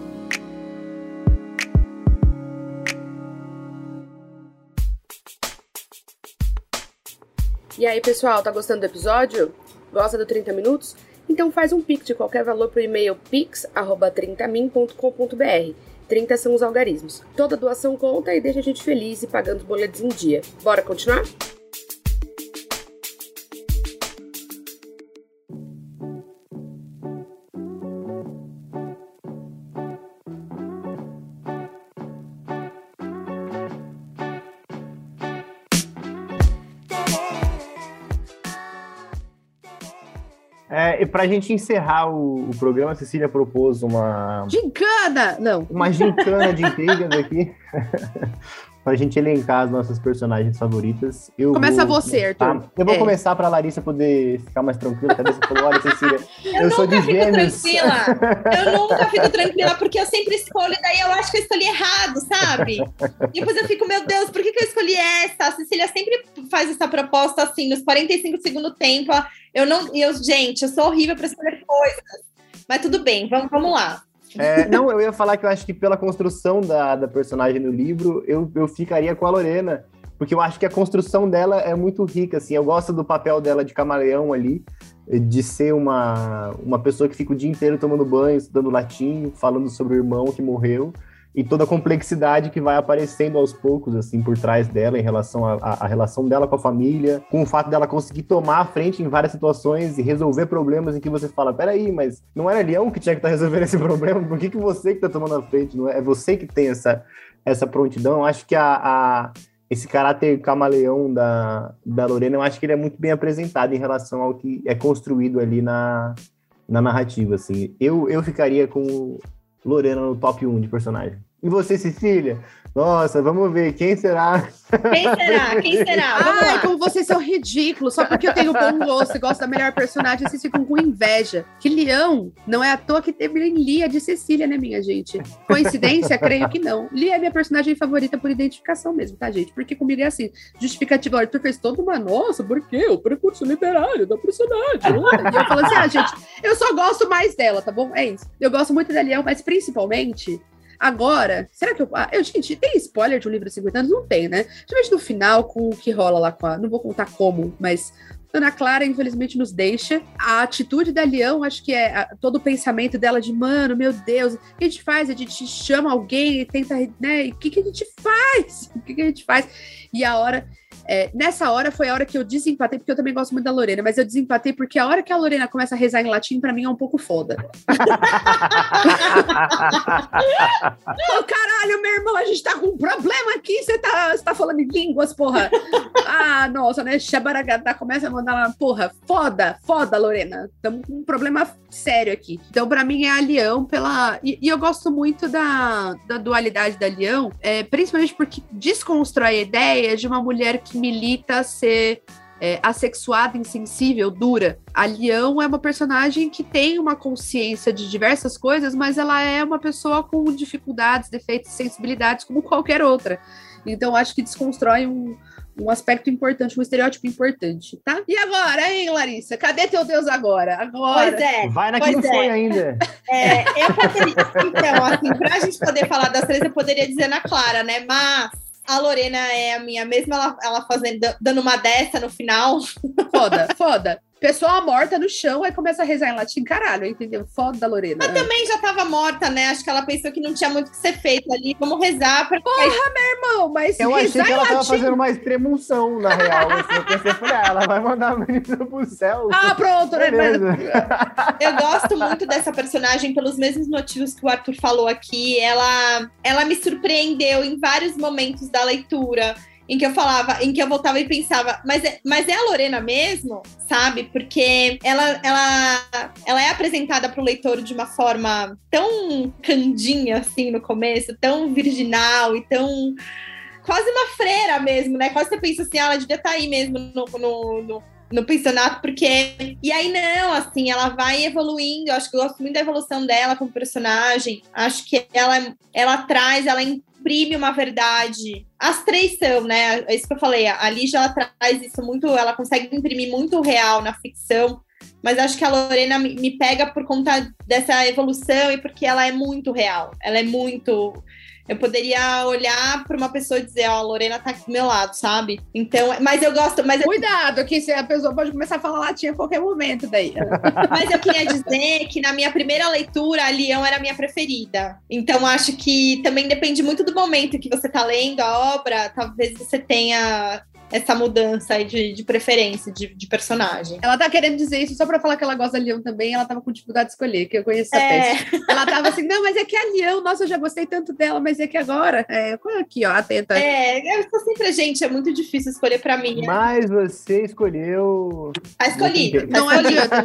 E aí, pessoal, tá gostando do episódio? Gosta do 30 Minutos? Então faz um pix de qualquer valor pro e-mail pix@30min.com.br. 30 são os algarismos. Toda doação conta e deixa a gente feliz e pagando os boletos em dia. Bora continuar? E pra gente encerrar o programa, a Cecília propôs uma Gincana! Não. Uma gincana de intrigas aqui. Pra gente elencar as nossas personagens favoritas. Começa você, Arthur. Eu vou começar pra Larissa poder ficar mais tranquila. Até você falou, olha, Cecília, eu sou de Gêmeos. Eu nunca fico tranquila, porque eu sempre escolho, e daí eu acho que eu escolhi errado, sabe? E depois eu fico, meu Deus, por que eu escolhi essa? A Cecília sempre faz essa proposta assim, nos 45 segundos do tempo. Gente, eu sou horrível pra escolher coisas. Mas tudo bem, vamos lá. Não, eu ia falar que eu acho que pela construção da personagem no livro, eu ficaria com a Lorena, porque eu acho que a construção dela é muito rica, assim, eu gosto do papel dela de camaleão ali, de ser uma pessoa que fica o dia inteiro tomando banho, estudando latim, falando sobre o irmão que morreu, e toda a complexidade que vai aparecendo aos poucos, assim, por trás dela, em relação à relação dela com a família, com o fato dela conseguir tomar a frente em várias situações e resolver problemas em que você fala, peraí, mas não era Leão que tinha que estar resolvendo esse problema? Por que você que está tomando a frente? Não é você que tem essa prontidão? Eu acho que esse caráter camaleão da Lorena, eu acho que ele é muito bem apresentado em relação ao que é construído ali na narrativa, assim. Eu ficaria com Lorena no top 1 de personagem. E você, Cecília? Nossa, vamos ver, quem será? Quem será? Vamos lá. Como vocês são ridículos, só porque eu tenho bom gosto e gosto da melhor personagem, vocês ficam com inveja. Que Leão não é à toa que teve em Lia de Cecília, né, minha gente? Coincidência? Creio que não. Lia é minha personagem favorita por identificação mesmo, tá, gente? Porque comigo é assim, justificativa, o Arthur fez toda uma, nossa, por quê? O percurso literário da personagem. E eu falo assim, gente, eu só gosto mais dela, tá bom? É isso. Eu gosto muito da Leão, mas principalmente... Agora, será que gente, tem spoiler de um livro de 50 anos? Não tem, né? Principalmente no final, com o que rola lá com não vou contar como, mas Ana Clara, infelizmente, nos deixa. A atitude da Leão, acho que todo o pensamento dela de, mano, meu Deus, o que a gente faz? A gente chama alguém e tenta, né? E o que a gente faz? O que a gente faz? E a hora... nessa hora foi a hora que eu desempatei, porque eu também gosto muito da Lorena, mas eu desempatei porque a hora que a Lorena começa a rezar em latim, pra mim é um pouco foda. Caralho, meu irmão, a gente tá com um problema aqui, você tá falando em línguas, porra. Nossa, né, Xabaragatá começa a mandar uma, porra, foda, Lorena, estamos com um problema sério aqui. Então, pra mim, é a Leão e eu gosto muito da dualidade da Leão, principalmente porque desconstrói a ideia de uma mulher que milita ser assexuada, insensível, dura. A Leão é uma personagem que tem uma consciência de diversas coisas, mas ela é uma pessoa com dificuldades, defeitos e sensibilidades como qualquer outra. Então, acho que desconstrói um aspecto importante, um estereótipo importante, tá? E agora, hein, Larissa? Cadê teu Deus agora? Pois é. Vai na que não foi ainda. Eu poderia, então, assim, pra gente poder falar das três, eu poderia dizer na Clara, né? Mas a Lorena é a minha, mesmo ela dando uma dessa no final. Foda. Pessoa morta no chão, aí começa a rezar em latim, caralho, entendeu? Foda da Lorena. Mas também já tava morta, né? Acho que ela pensou que não tinha muito o que ser feito ali. Vamos rezar pra... Porra, meu irmão, mas eu achei que ela tava fazendo uma extremunção, na real. Assim, eu pensei, ela vai mandar a menina pro céu. Pronto, né? Eu gosto muito dessa personagem pelos mesmos motivos que o Arthur falou aqui. Ela me surpreendeu em vários momentos da leitura, em que eu voltava e pensava, mas é a Lorena mesmo, sabe? Porque ela é apresentada para o leitor de uma forma tão candinha, assim, no começo, tão virginal e tão... quase uma freira mesmo, né? Quase você pensa assim, ela devia estar aí mesmo no pensionato, porque... E aí, não, assim, ela vai evoluindo. Eu acho que eu gosto muito da evolução dela como personagem. Acho que ela imprime uma verdade. As três são, né? É isso que eu falei. A Lígia, ela traz isso muito... Ela consegue imprimir muito real na ficção. Mas acho que a Lorena me pega por conta dessa evolução e porque ela é muito real. Ela é muito... Eu poderia olhar para uma pessoa e dizer, ó, a Lorena tá aqui do meu lado, sabe? Então, mas eu gosto... Cuidado, que a pessoa pode começar a falar latim a qualquer momento daí. Mas eu queria dizer que na minha primeira leitura, a Leão era a minha preferida. Então, acho que também depende muito do momento que você tá lendo a obra, talvez você tenha essa mudança aí de preferência de personagem. Ela tá querendo dizer isso só pra falar que ela gosta da Leão também, ela tava com dificuldade de escolher, que eu conheço essa peça. Ela tava assim, não, mas é que a Leão, nossa, eu já gostei tanto dela, mas é que agora, aqui, ó, atenta. Eu sou sempre, gente, é muito difícil escolher pra mim. Mas você escolheu... Escolhi. Não adianta.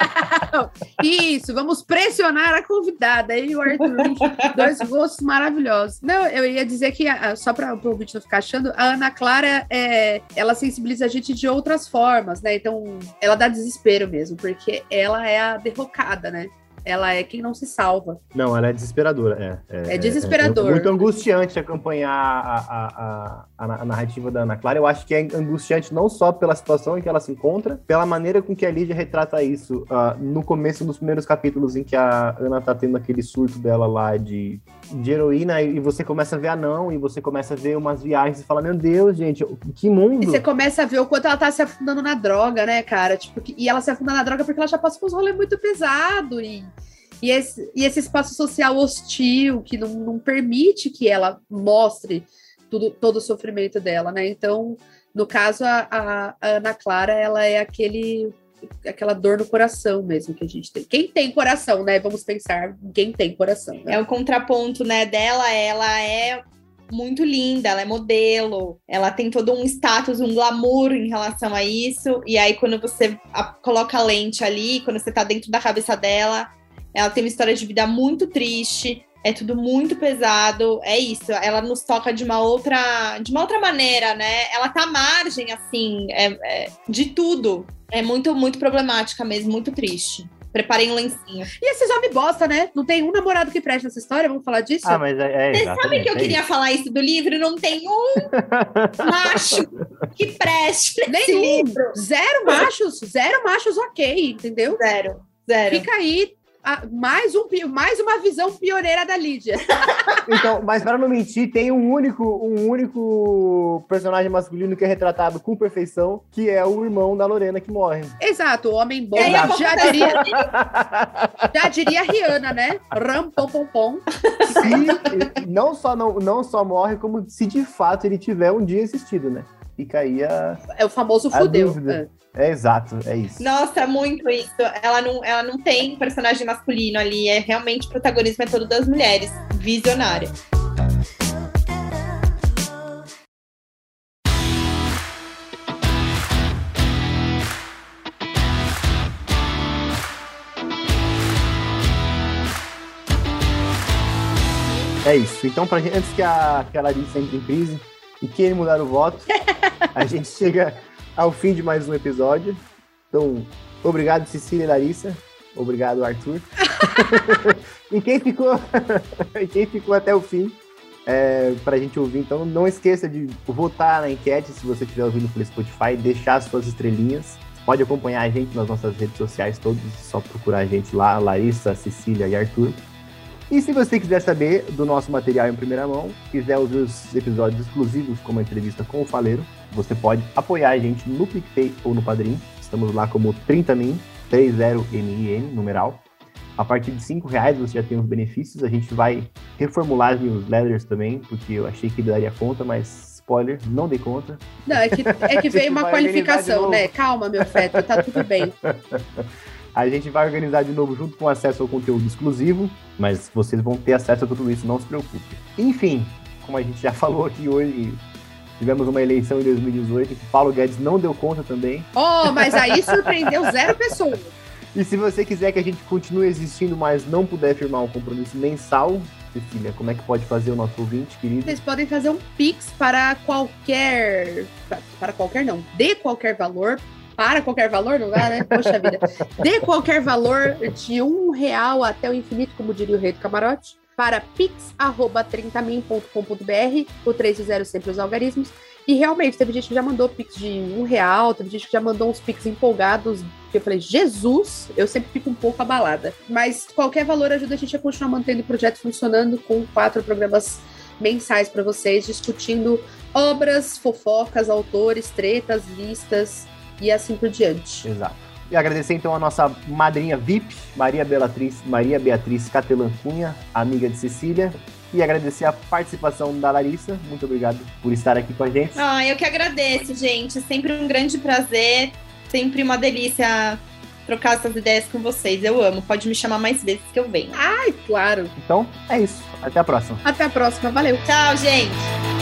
Isso, vamos pressionar a convidada, eu e o Arthur, dois gostos maravilhosos. Não, eu ia dizer que, só para o ouvinte não ficar achando, a Ana Clara ela sensibiliza a gente de outras formas, né? Então, ela dá desespero mesmo, porque ela é a derrocada, né? Ela é quem não se salva. Não, ela é desesperadora. É desesperador. É muito angustiante acompanhar a narrativa da Ana Clara. Eu acho que é angustiante não só pela situação em que ela se encontra, pela maneira com que a Lídia retrata isso. No começo dos primeiros capítulos em que a Ana tá tendo aquele surto dela lá de heroína, e você começa a ver anão, e você começa a ver umas viagens e fala, meu Deus, gente, que mundo! E você começa a ver o quanto ela tá se afundando na droga, né, cara? Tipo, e ela se afunda na droga porque ela já passa por uns rolês muito pesados, e esse espaço social hostil que não permite que ela mostre todo o sofrimento dela, né? Então, no caso, a Ana Clara, ela é aquela dor no coração mesmo que a gente tem. Quem tem coração, né? Vamos pensar em quem tem coração. Né? É o contraponto, né, dela, ela é muito linda, ela é modelo, ela tem todo um status, um glamour em relação a isso, e aí quando você coloca a lente ali, quando você tá dentro da cabeça dela, ela tem uma história de vida muito triste, é tudo muito pesado, é isso, ela nos toca de uma outra maneira, né? Ela tá à margem, assim, de tudo. É muito, muito problemática mesmo, muito triste. Preparem um lencinho. E esses homens bosta, né? Não tem um namorado que preste nessa história, vamos falar disso? Mas Você sabe que eu queria falar isso do livro? Não tem um macho que preste nesse livro. Zero machos ok, entendeu? Zero. Fica aí. Mais uma visão pioneira da Lídia. Então, mas para não mentir, tem um único personagem masculino que é retratado com perfeição, que é o irmão da Lorena que morre. Exato, o homem bom. Já diria Rihanna, né? Ram, pom, pom, pom. Não só morre, como se de fato ele tiver um dia existido, né? Fica aí é o famoso fudeu. Exato, é isso. Nossa, muito isso. Ela não tem personagem masculino ali, realmente o protagonismo é todo das mulheres. Visionária. É isso. Então, antes que a Larissa entre em crise e queira mudar o voto, a gente chega ao fim de mais um episódio. Então, obrigado, Cecília e Larissa. Obrigado, Arthur. E quem ficou até o fim, pra gente ouvir, então não esqueça de votar na enquete se você estiver ouvindo pelo Spotify, deixar suas estrelinhas. Pode acompanhar a gente nas nossas redes sociais todas, só procurar a gente lá, Larissa, Cecília e Arthur. E se você quiser saber do nosso material em primeira mão, quiser ouvir os episódios exclusivos, como a entrevista com o Faleiro, você pode apoiar a gente no PicPay ou no Padrim. Estamos lá como 30min, 30min, numeral. A partir de R$5 você já tem os benefícios. A gente vai reformular as newsletters também, porque eu achei que daria conta, mas spoiler, não dei conta. Não, é que veio uma qualificação, né? Calma, meu feto, tá tudo bem. A gente vai organizar de novo junto com acesso ao conteúdo exclusivo, mas vocês vão ter acesso a tudo isso, não se preocupe. Enfim, como a gente já falou aqui hoje, tivemos uma eleição em 2018 que Paulo Guedes não deu conta também. Mas aí surpreendeu 0 pessoas. E se você quiser que a gente continue existindo, mas não puder firmar um compromisso mensal, Cecília, como é que pode fazer o nosso ouvinte, querido? Vocês podem fazer um Pix para qualquer valor. Para qualquer valor, não dá, né? Poxa vida. De qualquer valor, de R$1 até o infinito, como diria o rei do camarote, para pix@30min.com.br, o 3 e 0 sempre os algarismos. E realmente, teve gente que já mandou Pix de R$1, teve gente que já mandou uns Pix empolgados, que eu falei, Jesus, eu sempre fico um pouco abalada. Mas qualquer valor ajuda a gente a continuar mantendo o projeto funcionando com 4 programas mensais para vocês, discutindo obras, fofocas, autores, tretas, listas e assim por diante. Exato. E agradecer então a nossa madrinha VIP, Maria Beatriz Catelan Cunha, amiga de Cecília. E agradecer a participação da Larissa. Muito obrigado por estar aqui com a gente. Eu que agradeço, gente. Sempre um grande prazer. Sempre uma delícia trocar essas ideias com vocês. Eu amo. Pode me chamar mais vezes que eu venho. Ai, claro. Então, é isso. Até a próxima. Até a próxima. Valeu. Tchau, gente.